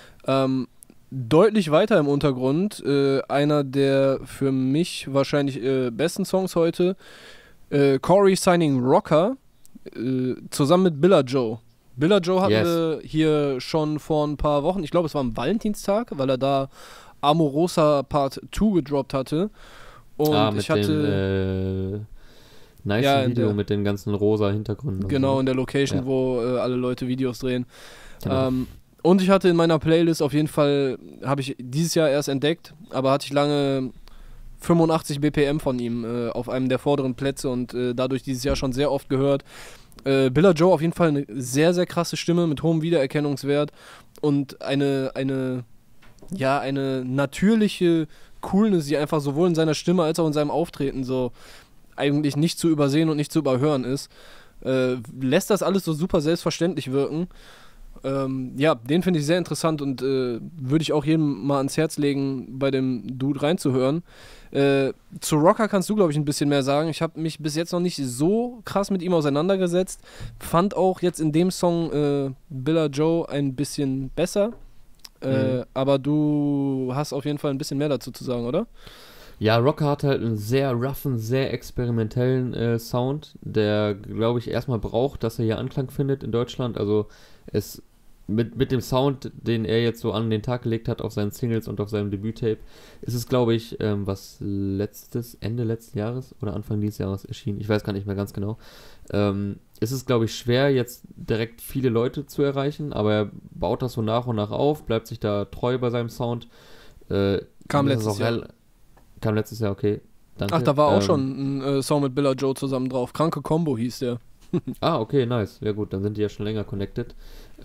Deutlich weiter im Untergrund, einer der für mich wahrscheinlich besten Songs heute, Corey Signing Rocker, zusammen mit Billa Joe. Billa Joe hatten wir hier schon vor ein paar Wochen, ich glaube es war am Valentinstag, weil er da Amorosa Part 2 gedroppt hatte. Und ich hatte nice Video mit den ganzen rosa Hintergründen. Genau, in der Location, wo alle Leute Videos drehen. Genau. Und ich hatte in meiner Playlist auf jeden Fall, habe ich dieses Jahr erst entdeckt, aber hatte ich lange 85 BPM von ihm auf einem der vorderen Plätze und dadurch dieses Jahr schon sehr oft gehört. Billa Joe auf jeden Fall eine sehr, sehr krasse Stimme mit hohem Wiedererkennungswert und eine natürliche Coolness, die einfach sowohl in seiner Stimme als auch in seinem Auftreten so eigentlich nicht zu übersehen und nicht zu überhören ist. lässt das alles so super selbstverständlich wirken. Ja, den finde ich sehr interessant und würde ich auch jedem mal ans Herz legen, bei dem Dude reinzuhören. Zu Rocker kannst du, glaube ich, ein bisschen mehr sagen. Ich habe mich bis jetzt noch nicht so krass mit ihm auseinandergesetzt. Fand auch jetzt in dem Song Billa Joe ein bisschen besser. Aber du hast auf jeden Fall ein bisschen mehr dazu zu sagen, oder? Ja, Rocker hat halt einen sehr roughen, sehr experimentellen Sound, der, glaube ich, erstmal braucht, dass er hier Anklang findet in Deutschland. Also es mit dem Sound, den er jetzt so an den Tag gelegt hat auf seinen Singles und auf seinem Debüttape, ist es, glaube ich, was Ende letzten Jahres oder Anfang dieses Jahres erschien, ich weiß gar nicht mehr ganz genau, ist es, glaube ich, schwer, jetzt direkt viele Leute zu erreichen, aber er baut das so nach und nach auf, bleibt sich da treu bei seinem Sound. Kam letztes Jahr. Kam letztes Jahr, okay. Danke. Ach, da war auch schon ein Song mit Billa Joe zusammen drauf. Kranke Combo hieß der. Okay, nice. Ja gut, dann sind die ja schon länger connected.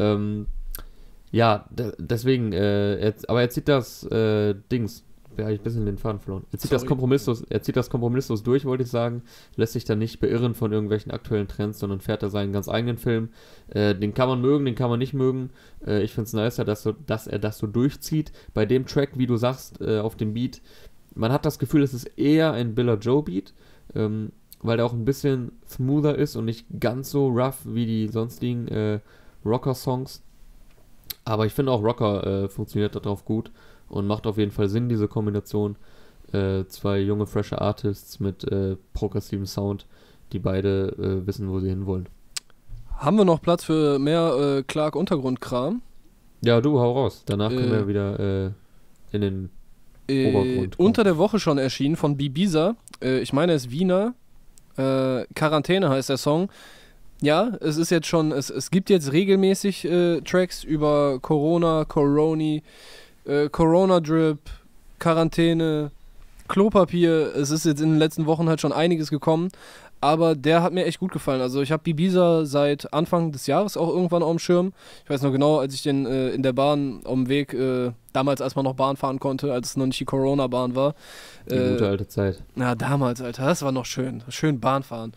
Ja, deswegen, aber er zieht das Dings, da habe ich ein bisschen den Faden verloren. Er zieht das kompromisslos durch, wollte ich sagen. Lässt sich dann nicht beirren von irgendwelchen aktuellen Trends, sondern fährt da seinen ganz eigenen Film. Den kann man mögen, den kann man nicht mögen. Ich finde es nice, dass er das so durchzieht. Bei dem Track, wie du sagst, auf dem Beat, man hat das Gefühl, es ist eher ein Billa Joe Beat, weil der auch ein bisschen smoother ist und nicht ganz so rough wie die sonstigen Rocker-Songs. Aber ich finde auch Rocker funktioniert darauf gut und macht auf jeden Fall Sinn, diese Kombination. Zwei junge, frische Artists mit progressivem Sound, die beide wissen, wo sie hinwollen. Haben wir noch Platz für mehr Clark-Untergrund-Kram? Ja, du, hau raus. Danach können wir wieder in den Obergrund kommen. Unter der Woche schon erschienen von Bibiza. Ich meine, es ist Wiener. Quarantäne heißt der Song. Ja, es ist jetzt schon, es gibt jetzt regelmäßig Tracks über Corona, Coroni, Corona-Drip, Quarantäne, Klopapier. Es ist jetzt in den letzten Wochen halt schon einiges gekommen, aber der hat mir echt gut gefallen. Also ich habe Bibiza seit Anfang des Jahres auch irgendwann auf dem Schirm. Ich weiß noch genau, als ich den in der Bahn auf dem Weg, damals als man noch Bahn fahren konnte, als es noch nicht die Corona-Bahn war. Die gute alte Zeit. Ja, damals, Alter, das war noch schön. Schön Bahn fahren.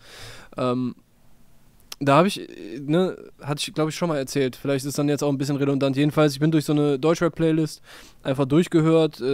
Da habe ich, hatte ich glaube ich schon mal erzählt, vielleicht ist es dann jetzt auch ein bisschen redundant. Jedenfalls, ich bin durch so eine Deutschrap-Playlist einfach durchgehört,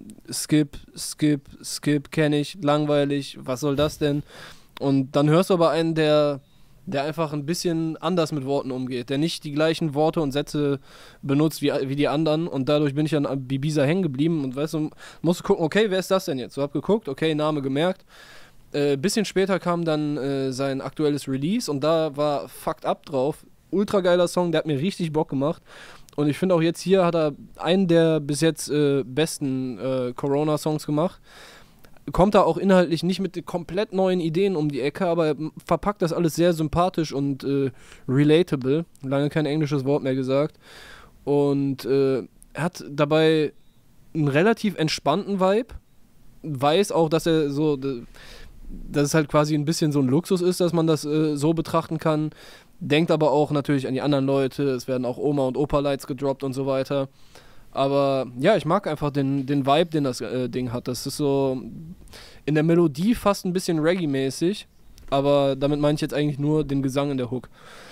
Skip, kenne ich, langweilig, was soll das denn? Und dann hörst du aber einen, der einfach ein bisschen anders mit Worten umgeht, der nicht die gleichen Worte und Sätze benutzt wie die anderen und dadurch bin ich an Bibiza hängen geblieben und weißt du, musst du gucken, okay, wer ist das denn jetzt? So hab geguckt, okay, Name gemerkt. Bisschen später kam dann sein aktuelles Release und da war Fucked Up drauf. Ultra geiler Song, der hat mir richtig Bock gemacht. Und ich finde auch jetzt hier hat er einen der bis jetzt besten Corona-Songs gemacht. Kommt da auch inhaltlich nicht mit komplett neuen Ideen um die Ecke, aber er verpackt das alles sehr sympathisch und relatable. Lange kein englisches Wort mehr gesagt. Und er hat dabei einen relativ entspannten Vibe. Weiß auch, dass er so... dass es halt quasi ein bisschen so ein Luxus ist, dass man das so betrachten kann. Denkt aber auch natürlich an die anderen Leute. Es werden auch Oma- und Opa-Lights gedroppt und so weiter. Aber ja, ich mag einfach den Vibe, den das Ding hat. Das ist so in der Melodie fast ein bisschen Reggae-mäßig. Aber damit meine ich jetzt eigentlich nur den Gesang in der Hook.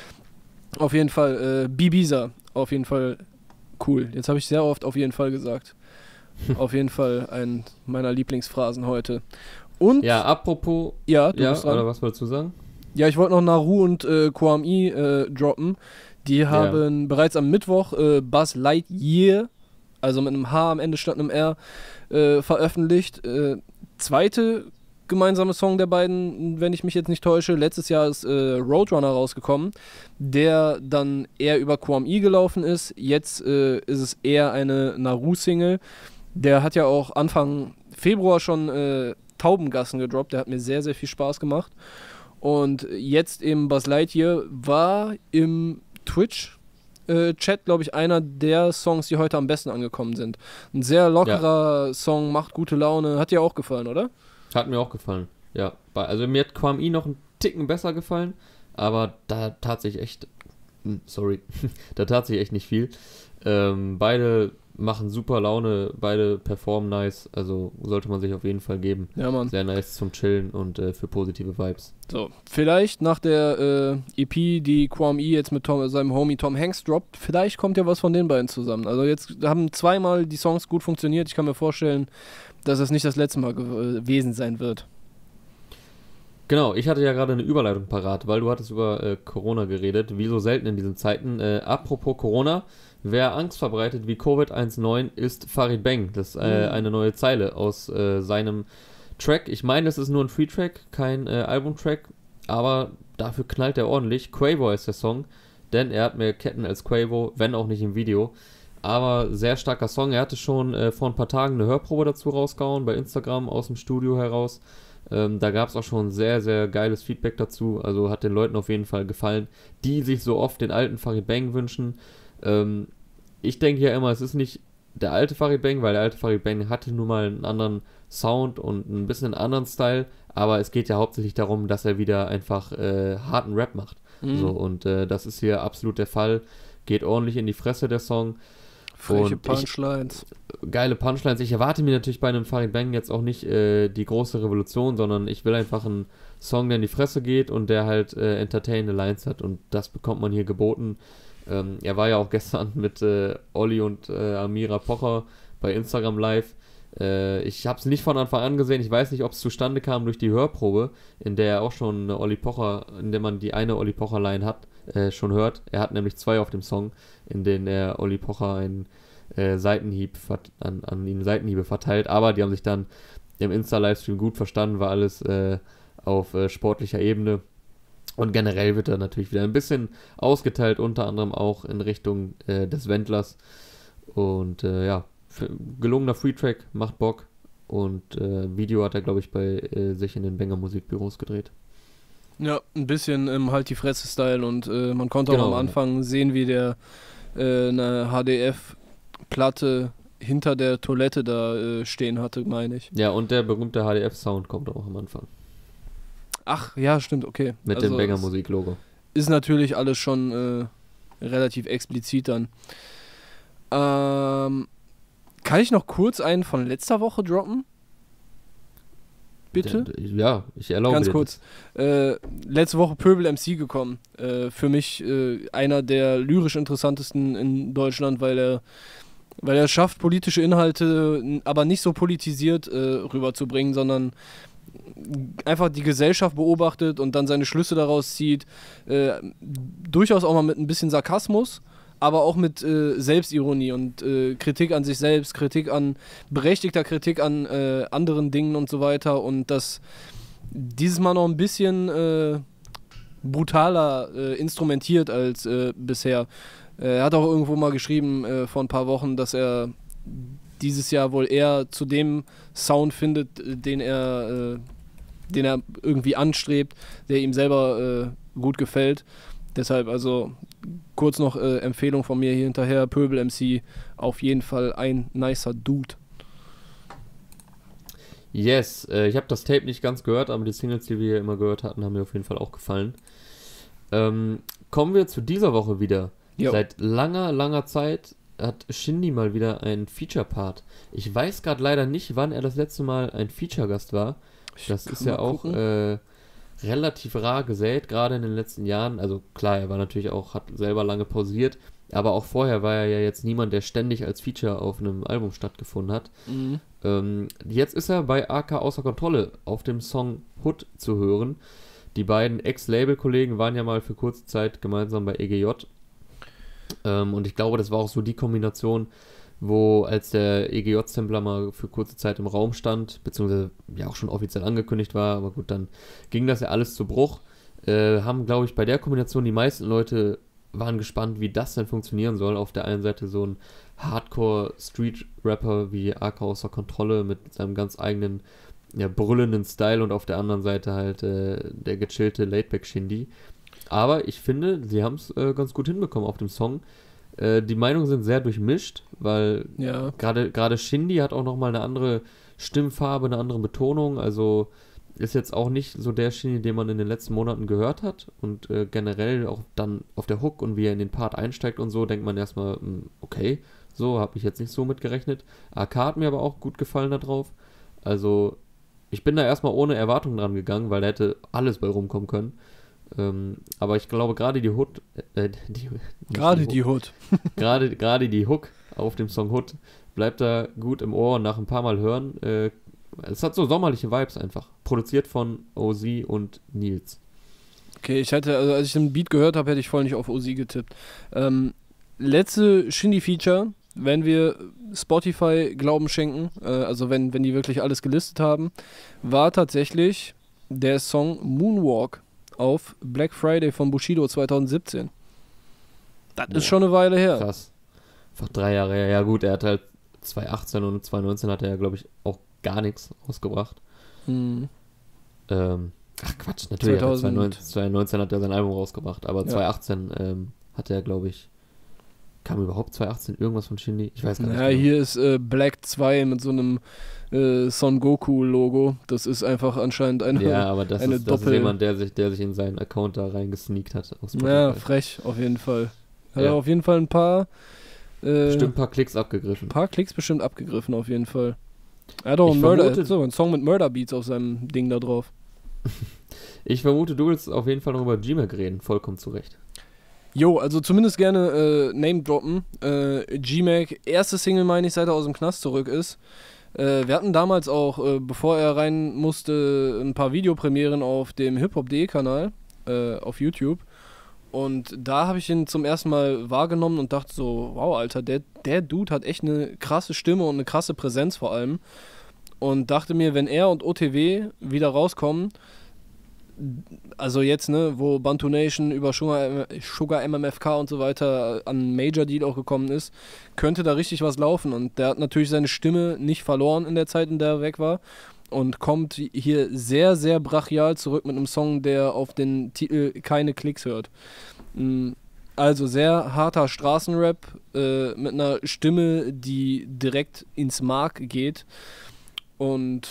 Auf jeden Fall, Bibiza, auf jeden Fall cool. Jetzt habe ich sehr oft auf jeden Fall gesagt. Auf jeden Fall eine meiner Lieblingsphrasen heute. Und ja, apropos. Ja, du bist dran. Oder was wolltest du sagen? Ja, ich wollte noch Naru und Kwame droppen. Die haben bereits am Mittwoch Buzz Lightyear, also mit einem H am Ende statt einem R, veröffentlicht. Zweite gemeinsame Song der beiden, wenn ich mich jetzt nicht täusche. Letztes Jahr ist Roadrunner rausgekommen, der dann eher über Kwame gelaufen ist. Jetzt ist es eher eine Naru-Single. Der hat ja auch Anfang Februar schon Taubengassen gedroppt. Der hat mir sehr, sehr viel Spaß gemacht. Und jetzt eben Buzz Lightyear war im Twitch-Chat, glaube ich, einer der Songs, die heute am besten angekommen sind. Ein sehr lockerer Song, macht gute Laune. Hat dir auch gefallen, oder? Hat mir auch gefallen, ja. Also mir hat Kwame noch einen Ticken besser gefallen, aber da tat sich echt... da tat sich echt nicht viel. Beide machen super Laune, beide performen nice, also sollte man sich auf jeden Fall geben. Ja, Mann. Sehr nice zum Chillen und für positive Vibes. So, vielleicht nach der EP, die Kwame jetzt mit seinem Homie Tom Hanks droppt, vielleicht kommt ja was von den beiden zusammen. Also jetzt haben zweimal die Songs gut funktioniert. Ich kann mir vorstellen, dass das nicht das letzte Mal gewesen sein wird. Genau, ich hatte ja gerade eine Überleitung parat, weil du hattest über Corona geredet, wie so selten in diesen Zeiten. Apropos Corona, wer Angst verbreitet wie Covid-19 ist Farid Bang. Das ist eine neue Zeile aus seinem Track. Ich meine, es ist nur ein Free-Track, kein Album-Track, aber dafür knallt er ordentlich. Quavo ist der Song, denn er hat mehr Ketten als Quavo, wenn auch nicht im Video. Aber sehr starker Song. Er hatte schon vor ein paar Tagen eine Hörprobe dazu rausgehauen, bei Instagram aus dem Studio heraus. Da gab es auch schon sehr, sehr geiles Feedback dazu. Also hat den Leuten auf jeden Fall gefallen, die sich so oft den alten Farid Bang wünschen. Ich denke ja immer, es ist nicht der alte Farid Bang, weil der alte Farid Bang hatte nun mal einen anderen Sound und ein bisschen einen anderen Style. Aber es geht ja hauptsächlich darum, dass er wieder einfach harten Rap macht. So, und das ist hier absolut der Fall. Geht ordentlich in die Fresse, der Song. Freche Punchlines. Geile Punchlines. Ich erwarte mir natürlich bei einem Farid Bang jetzt auch nicht die große Revolution, sondern ich will einfach einen Song, der in die Fresse geht und der halt entertainende Lines hat. Und das bekommt man hier geboten. Er war ja auch gestern mit Olli und Amira Pocher bei Instagram Live. Ich habe es nicht von Anfang an gesehen. Ich weiß nicht, ob es zustande kam durch die Hörprobe, in der er auch schon Olli Pocher, in der man die eine Olli Pocher Line hat, schon hört. Er hat nämlich 2 auf dem Song, in denen er Olli Pocher einen Seitenhieb an ihn Seitenhiebe verteilt, aber die haben sich dann im Insta-Livestream gut verstanden, war alles auf sportlicher Ebene. Und generell wird er natürlich wieder ein bisschen ausgeteilt, unter anderem auch in Richtung des Wendlers. Und ja, gelungener Free-Track, macht Bock. Und Video hat er, glaube ich, bei sich in den Banger Musikbüros gedreht. Ja, ein bisschen im Halt die Fresse-Style und man konnte auch am Anfang sehen, wie der eine HDF-Platte hinter der Toilette da stehen hatte, meine ich. Ja, und der berühmte HDF-Sound kommt auch am Anfang. Ach, ja, stimmt, okay. Mit dem Banger Musik-Logo. Ist natürlich alles schon relativ explizit dann. Kann ich noch kurz einen von letzter Woche droppen? Bitte? Ja, ich erlaube Ganz kurz. Letzte Woche Pöbel MC gekommen. Für mich einer der lyrisch interessantesten in Deutschland, weil er es schafft, politische Inhalte aber nicht so politisiert rüberzubringen, sondern einfach die Gesellschaft beobachtet und dann seine Schlüsse daraus zieht. Durchaus auch mal mit ein bisschen Sarkasmus, aber auch mit Selbstironie und Kritik an sich selbst, berechtigter Kritik an anderen Dingen und so weiter, und das dieses Mal noch ein bisschen brutaler instrumentiert als bisher. Er hat auch irgendwo mal geschrieben vor ein paar Wochen, dass er dieses Jahr wohl eher zu dem Sound findet, den er irgendwie anstrebt, der ihm selber gut gefällt. Deshalb also kurz noch Empfehlung von mir hier hinterher, Pöbel MC, auf jeden Fall ein nicer Dude. Yes, ich habe das Tape nicht ganz gehört, aber die Singles, die wir hier immer gehört hatten, haben mir auf jeden Fall auch gefallen. Kommen wir zu dieser Woche wieder. Jo. Seit langer Zeit hat Shindy mal wieder einen Feature-Part. Ich weiß gerade leider nicht, wann er das letzte Mal ein Feature-Gast war. Das ist ja auch relativ rar gesät, gerade in den letzten Jahren. Also klar, er war natürlich auch, hat selber lange pausiert, aber auch vorher war er ja jetzt niemand, der ständig als Feature auf einem Album stattgefunden hat. Jetzt ist er bei AK Außer Kontrolle auf dem Song Hood zu hören. Die beiden Ex-Label-Kollegen waren ja mal für kurze Zeit gemeinsam bei EGJ. Und ich glaube, das war auch so die Kombination, wo als der EGJ-Sampler mal für kurze Zeit im Raum stand, beziehungsweise ja auch schon offiziell angekündigt war, aber gut, dann ging das ja alles zu Bruch. Haben, glaube ich, bei der Kombination die meisten Leute waren gespannt, wie das denn funktionieren soll. Auf der einen Seite so ein Hardcore-Street-Rapper wie AK Außer Kontrolle mit seinem ganz eigenen, ja, brüllenden Style, und auf der anderen Seite halt der gechillte Laidback-Shindy. Aber ich finde, sie haben es ganz gut hinbekommen auf dem Song. Die Meinungen sind sehr durchmischt, weil gerade Shindy hat auch nochmal eine andere Stimmfarbe, eine andere Betonung. Also ist jetzt auch nicht so der Shindy, den man in den letzten Monaten gehört hat. Und generell auch dann auf der Hook und wie er in den Part einsteigt und so, denkt man erstmal, okay, so habe ich jetzt nicht so mitgerechnet. AK hat mir aber auch gut gefallen da drauf. Also ich bin da erstmal ohne Erwartungen dran gegangen, weil da hätte alles bei rumkommen können. Aber ich glaube, gerade die Hood, Gerade die Hood. gerade die Hook auf dem Song Hood bleibt da gut im Ohr und nach ein paar Mal hören. Es hat so sommerliche Vibes einfach. Produziert von OZ und Nils. Okay, also als ich den Beat gehört habe, hätte ich voll nicht auf OZ getippt. Letzte Shindy-Feature, wenn wir Spotify Glauben schenken, also wenn die wirklich alles gelistet haben, war tatsächlich der Song Moonwalk auf Black Friday von Bushido 2017. Das ist schon eine Weile her. Krass. Einfach 3 Jahre her. Ja gut, er hat halt 2018 und 2019 hat er ja, glaube ich, auch gar nichts rausgebracht. Ach Quatsch, natürlich 2019 hat er sein Album rausgebracht, aber 2018 hat er, glaube ich, kam überhaupt 2018 irgendwas von Shindy? Ich weiß gar nicht. Ja, genau. Hier ist Black 2 mit so einem Son Goku-Logo. Das ist einfach anscheinend eine Ja, aber das ist jemand, der sich in seinen Account da reingesneakt hat. Ja, frech, auf jeden Fall. Hat er auf jeden Fall ein paar bestimmt ein paar Klicks abgegriffen. Ein paar Klicks bestimmt abgegriffen, auf jeden Fall. Er hat auch einen Song mit Murder Beats auf seinem Ding da drauf. Ich vermute, du willst auf jeden Fall noch über G-Mac reden, vollkommen zu Recht. Jo, also zumindest gerne Name droppen. G-Mac, erste Single, meine ich, seit er aus dem Knast zurück ist. Wir hatten damals auch, bevor er rein musste, ein paar Videopremieren auf dem hiphop.de-Kanal auf YouTube. Und da habe ich ihn zum ersten Mal wahrgenommen und dachte so, wow, Alter, der Dude hat echt eine krasse Stimme und eine krasse Präsenz vor allem. Und dachte mir, wenn er und OTW wieder rauskommen, also jetzt, ne, wo Bantu Nation über Sugar MMFK und so weiter an Major Deal auch gekommen ist, könnte da richtig was laufen. Und der hat natürlich seine Stimme nicht verloren in der Zeit, in der er weg war. Und kommt hier sehr, sehr brachial zurück mit einem Song, der auf den Titel keine Klicks hört. Also sehr harter Straßenrap mit einer Stimme, die direkt ins Mark geht. Und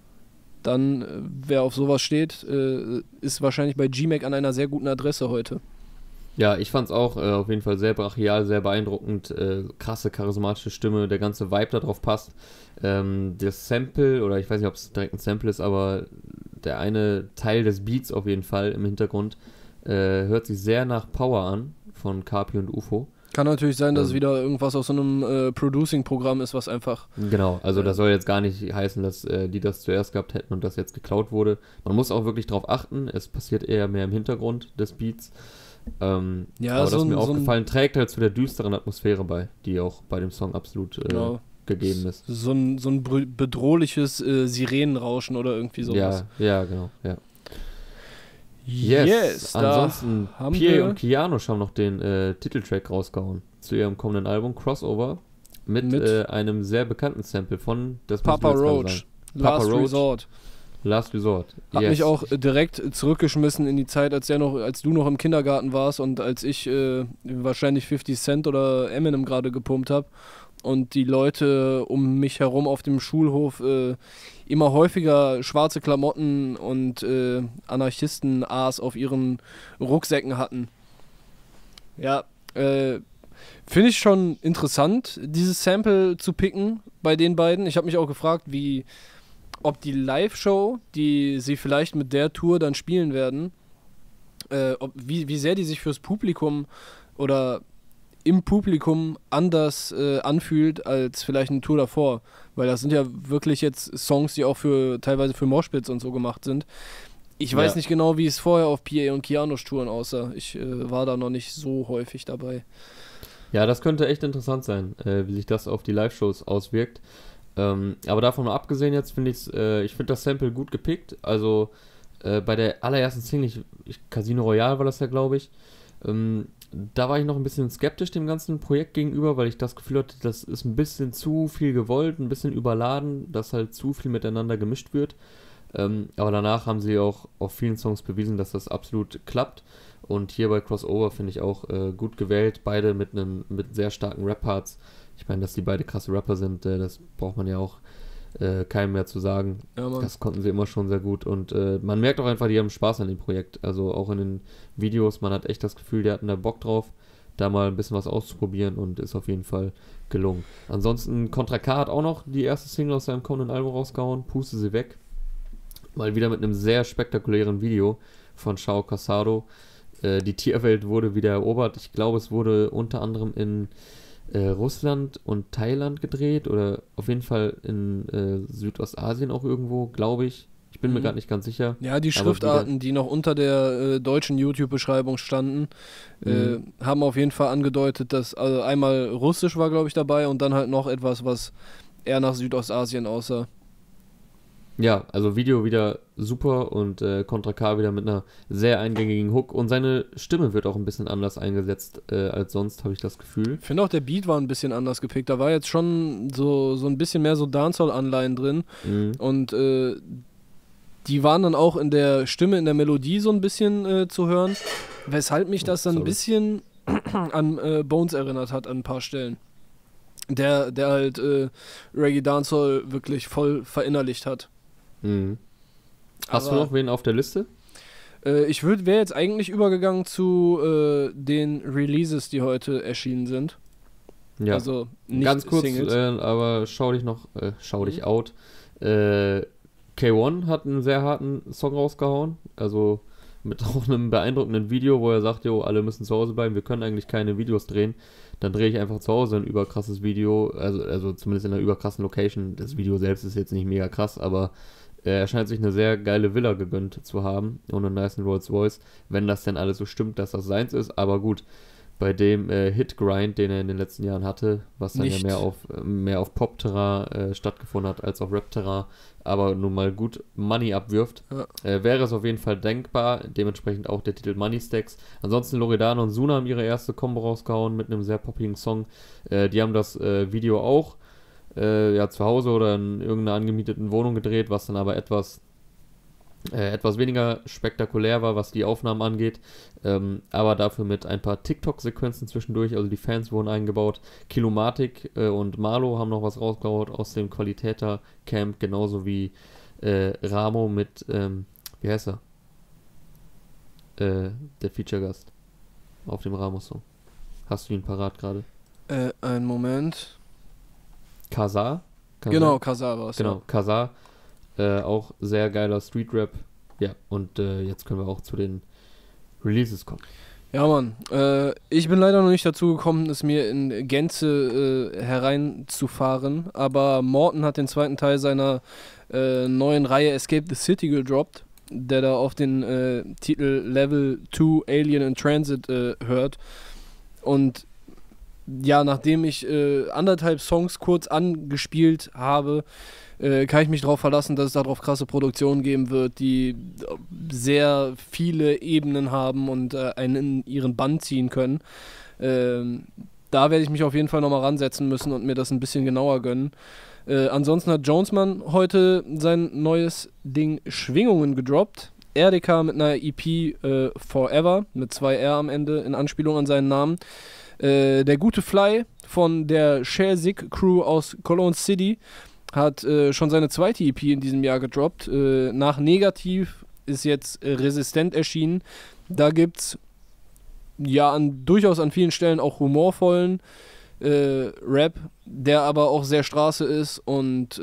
dann, wer auf sowas steht, ist wahrscheinlich bei G-Mac an einer sehr guten Adresse heute. Ja, ich fand's auch auf jeden Fall sehr brachial, sehr beeindruckend, krasse, charismatische Stimme, der ganze Vibe da drauf passt. Das Sample, oder ich weiß nicht, ob es direkt ein Sample ist, aber der eine Teil des Beats auf jeden Fall im Hintergrund hört sich sehr nach Power an, von Kapi und UFO. Kann natürlich sein, dass es wieder irgendwas aus so einem Producing-Programm ist, was einfach... Genau, also das soll jetzt gar nicht heißen, dass die das zuerst gehabt hätten und das jetzt geklaut wurde. Man muss auch wirklich drauf achten, es passiert eher mehr im Hintergrund des Beats. Ja, aber das ist mir aufgefallen, trägt halt zu der düsteren Atmosphäre bei, die auch bei dem Song absolut gegeben ist. So ein bedrohliches Sirenenrauschen oder irgendwie sowas. Ja, genau, ja. Yes, ansonsten Pierre und Kianosch haben noch den Titeltrack rausgehauen zu ihrem kommenden Album Crossover mit einem sehr bekannten Sample von Papa Roach, Last Resort. Hat mich auch direkt zurückgeschmissen in die Zeit, als du noch im Kindergarten warst und als ich wahrscheinlich 50 Cent oder Eminem gerade gepumpt habe und die Leute um mich herum auf dem Schulhof immer häufiger schwarze Klamotten und Anarchisten-A's auf ihren Rucksäcken hatten. Ja, finde ich schon interessant, dieses Sample zu picken bei den beiden. Ich habe mich auch gefragt, ob die Live-Show, die sie vielleicht mit der Tour dann spielen werden, wie sehr die sich fürs Publikum oder im Publikum anders anfühlt als vielleicht eine Tour davor. Weil das sind ja wirklich jetzt Songs, die auch teilweise für Moshpits und so gemacht sind. Ich weiß nicht genau, wie es vorher auf PA und Kianosch Touren aussah. Ich war da noch nicht so häufig dabei. Ja, das könnte echt interessant sein, wie sich das auf die Live-Shows auswirkt. Aber davon mal abgesehen jetzt finde ich das Sample gut gepickt. Also bei der allerersten Single, Casino Royale war das ja, glaube ich, da war ich noch ein bisschen skeptisch dem ganzen Projekt gegenüber, weil ich das Gefühl hatte, das ist ein bisschen zu viel gewollt, ein bisschen überladen, dass halt zu viel miteinander gemischt wird. Aber danach haben sie auch auf vielen Songs bewiesen, dass das absolut klappt. Und hier bei Crossover finde ich auch gut gewählt, beide mit sehr starken Rap-Parts. Ich meine, dass die beide krasse Rapper sind, das braucht man ja auch keinem mehr zu sagen. Ja, Mann. Das konnten sie immer schon sehr gut und man merkt auch einfach, die haben Spaß an dem Projekt. Also auch in den Videos, man hat echt das Gefühl, die hatten da Bock drauf, da mal ein bisschen was auszuprobieren und ist auf jeden Fall gelungen. Ansonsten, Contra K hat auch noch die erste Single aus seinem kommenden Album rausgehauen, Puste sie weg. Mal wieder mit einem sehr spektakulären Video von Shao Casado. Die Tierwelt wurde wieder erobert. Ich glaube, es wurde unter anderem in Russland und Thailand gedreht oder auf jeden Fall in Südostasien auch irgendwo, glaube ich. Ich bin mir gerade nicht ganz sicher. Ja, die Schriftarten, die noch unter der deutschen YouTube-Beschreibung standen, haben auf jeden Fall angedeutet, dass also einmal Russisch war, glaube ich, dabei und dann halt noch etwas, was eher nach Südostasien aussah. Ja, also Video wieder super und Contra K wieder mit einer sehr eingängigen Hook und seine Stimme wird auch ein bisschen anders eingesetzt als sonst, habe ich das Gefühl. Ich finde auch, der Beat war ein bisschen anders gepickt. Da war jetzt schon so ein bisschen mehr so Dancehall-Anleihen drin und die waren dann auch in der Stimme, in der Melodie so ein bisschen zu hören, weshalb mich das dann ein bisschen an Bones erinnert hat an ein paar Stellen. Der halt Reggae Dancehall wirklich voll verinnerlicht hat. Hast du noch wen auf der Liste? Ich wäre jetzt eigentlich übergegangen zu den Releases, die heute erschienen sind. Ja, also nicht ganz kurz, Singles. aber schau dich out. K1 hat einen sehr harten Song rausgehauen, also mit auch einem beeindruckenden Video, wo er sagt, jo, alle müssen zu Hause bleiben, wir können eigentlich keine Videos drehen. Dann drehe ich einfach zu Hause ein überkrasses Video, also zumindest in einer überkrassen Location. Das Video selbst ist jetzt nicht mega krass, aber er scheint sich eine sehr geile Villa gegönnt zu haben und einen nicen Rolls Royce, wenn das denn alles so stimmt, dass das seins ist. Aber gut, bei dem Hit-Grind, den er in den letzten Jahren hatte, was dann Nicht. ja mehr auf Pop-Terrain stattgefunden hat als auf Rap-Terrain, aber nun mal gut Money abwirft, wäre es auf jeden Fall denkbar. Dementsprechend auch der Titel Money Stacks. Ansonsten Loredana und Suna haben ihre erste Combo rausgehauen mit einem sehr poppigen Song. Die haben das Video auch zu Hause oder in irgendeiner angemieteten Wohnung gedreht, was dann aber etwas weniger spektakulär war, was die Aufnahmen angeht, aber dafür mit ein paar TikTok-Sequenzen zwischendurch, also die Fans wurden eingebaut. Kilomatic und Marlo haben noch was rausgehauen aus dem Qualitäter-Camp, genauso wie Ramo mit, wie heißt er? Der Feature-Gast auf dem Ramo-Song. Hast du ihn parat gerade? Einen Moment. Kazar? Genau, Kazar war es. Genau, Kazar. Auch sehr geiler Street-Rap. Ja, und jetzt können wir auch zu den Releases kommen. Ja, Mann. Ich bin leider noch nicht dazu gekommen, es mir in Gänze hereinzufahren, aber Morten hat den zweiten Teil seiner neuen Reihe Escape the City gedroppt, der da auf den Titel Level 2 Alien in Transit hört. Und ja, nachdem ich 1,5 Songs kurz angespielt habe, kann ich mich darauf verlassen, dass es darauf krasse Produktionen geben wird, die sehr viele Ebenen haben und einen in ihren Bann ziehen können. Da werde ich mich auf jeden Fall nochmal ransetzen müssen und mir das ein bisschen genauer gönnen. Ansonsten hat Jonesman heute sein neues Ding Schwingungen gedroppt. RDK mit einer EP Forever, mit 2 R am Ende, in Anspielung an seinen Namen. Der gute Fly von der Shazik Crew aus Cologne City hat schon seine zweite EP in diesem Jahr gedroppt. Nach Negativ ist jetzt Resistent erschienen. Da gibt's ja durchaus an vielen Stellen auch humorvollen Rap, der aber auch sehr Straße ist und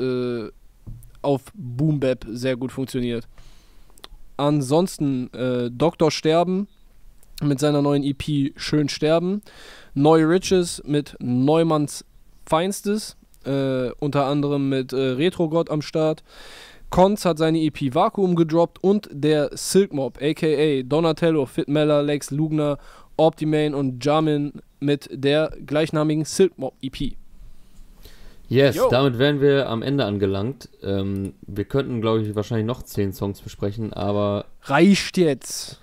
auf Boom Bap sehr gut funktioniert. Ansonsten Dr. Sterben mit seiner neuen EP Schön Sterben. Neu Riches mit Neumanns Feinstes. Unter anderem mit Retrogott am Start. Konz hat seine EP Vakuum gedroppt und der Silk Mob, a.k.a. Donatello, Fitmella, Lex Lugner, Optimane und Jamin mit der gleichnamigen Silk Mob EP. Yes, damit wären wir am Ende angelangt. Wir könnten, glaube ich, wahrscheinlich noch 10 Songs besprechen, aber... Reicht jetzt.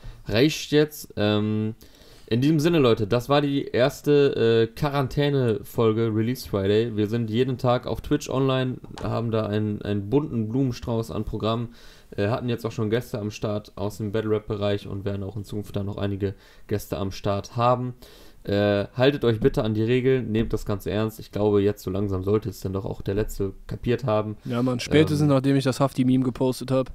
In diesem Sinne, Leute, das war die erste Quarantäne-Folge Release Friday. Wir sind jeden Tag auf Twitch online, haben da einen bunten Blumenstrauß an Programmen, hatten jetzt auch schon Gäste am Start aus dem Battle-Rap-Bereich und werden auch in Zukunft da noch einige Gäste am Start haben. Haltet euch bitte an die Regeln, nehmt das Ganze ernst. Ich glaube, jetzt so langsam sollte es dann doch auch der Letzte kapiert haben. Ja, Mann, spätestens nachdem ich das Hafti-Meme gepostet habe.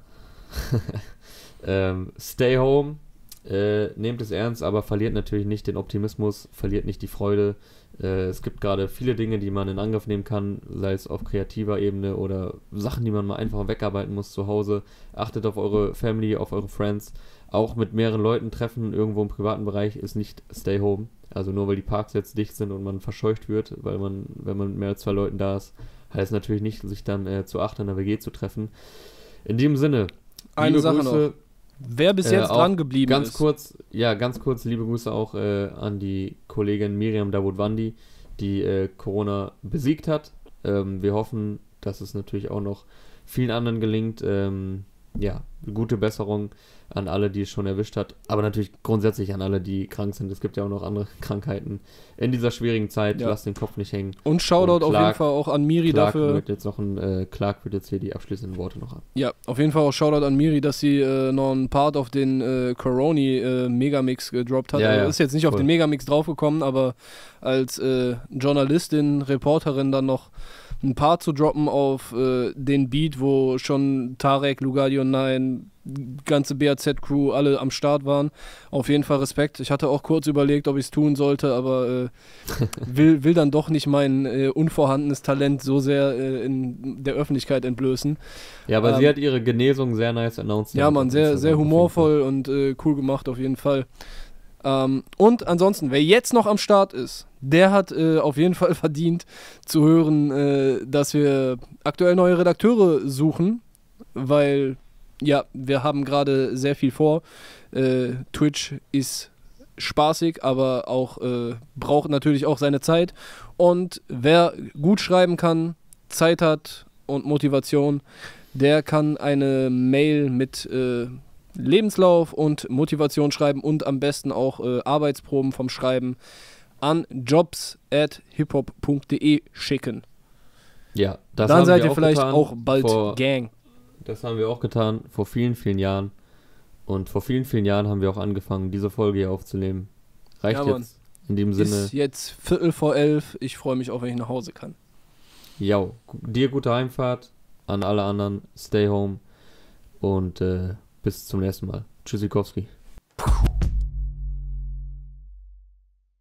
Stay home, nehmt es ernst, aber verliert natürlich nicht den Optimismus, verliert nicht die Freude. Es gibt gerade viele Dinge, die man in Angriff nehmen kann, sei es auf kreativer Ebene oder Sachen, die man mal einfach wegarbeiten muss zu Hause. Achtet auf eure Family, auf eure Friends. Auch mit mehreren Leuten treffen irgendwo im privaten Bereich ist nicht Stay home. Also nur weil die Parks jetzt dicht sind und man verscheucht wird, weil man, wenn man mit mehr als 2 Leuten da ist, heißt natürlich nicht, sich dann zu 8 in der WG zu treffen. In diesem Sinne, Eine Sache Grüße, noch. Wer bis jetzt dran geblieben ganz ist. Ganz kurz liebe Grüße auch an die Kollegin Miriam Davutwandi, die Corona besiegt hat. Wir hoffen, dass es natürlich auch noch vielen anderen gelingt. Gute Besserung an alle, die es schon erwischt hat, aber natürlich grundsätzlich an alle, die krank sind. Es gibt ja auch noch andere Krankheiten in dieser schwierigen Zeit. Ja. Lasst den Kopf nicht hängen. Und Shoutout auf jeden Fall auch an Miri dafür. Clark wird jetzt hier die abschließenden Worte noch haben. Ja, auf jeden Fall auch Shoutout an Miri, dass sie noch einen Part auf den Coroni Megamix gedroppt hat. Ja, Ist jetzt nicht auf den Megamix draufgekommen, aber als Journalistin, Reporterin dann noch ein Part zu droppen auf den Beat, wo schon Tarek, Lugadio 9, ganze BAZ-Crew alle am Start waren. Auf jeden Fall Respekt. Ich hatte auch kurz überlegt, ob ich es tun sollte, aber will dann doch nicht mein unvorhandenes Talent so sehr in der Öffentlichkeit entblößen. Ja, aber sie hat ihre Genesung sehr nice announced. Ja, man, sehr, sehr humorvoll und cool gemacht auf jeden Fall. Und ansonsten, wer jetzt noch am Start ist, der hat auf jeden Fall verdient zu hören, dass wir aktuell neue Redakteure suchen, weil ja, wir haben gerade sehr viel vor. Twitch ist spaßig, aber auch braucht natürlich auch seine Zeit. Und wer gut schreiben kann, Zeit hat und Motivation, der kann eine Mail mit Lebenslauf und Motivation schreiben und am besten auch Arbeitsproben vom Schreiben an jobs@hiphop.de schicken. Ja, das dann haben seid wir ihr vielleicht getan auch bald Gang. Das haben wir auch getan vor vielen, vielen Jahren. Und vor vielen, vielen Jahren haben wir auch angefangen, diese Folge hier aufzunehmen. Reicht Ja, jetzt in dem Sinne. Ist jetzt 11:15. Ich freue mich auch, wenn ich nach Hause kann. Ja, dir gute Heimfahrt. An alle anderen, stay home. Und bis zum nächsten Mal. Tschüssikowski.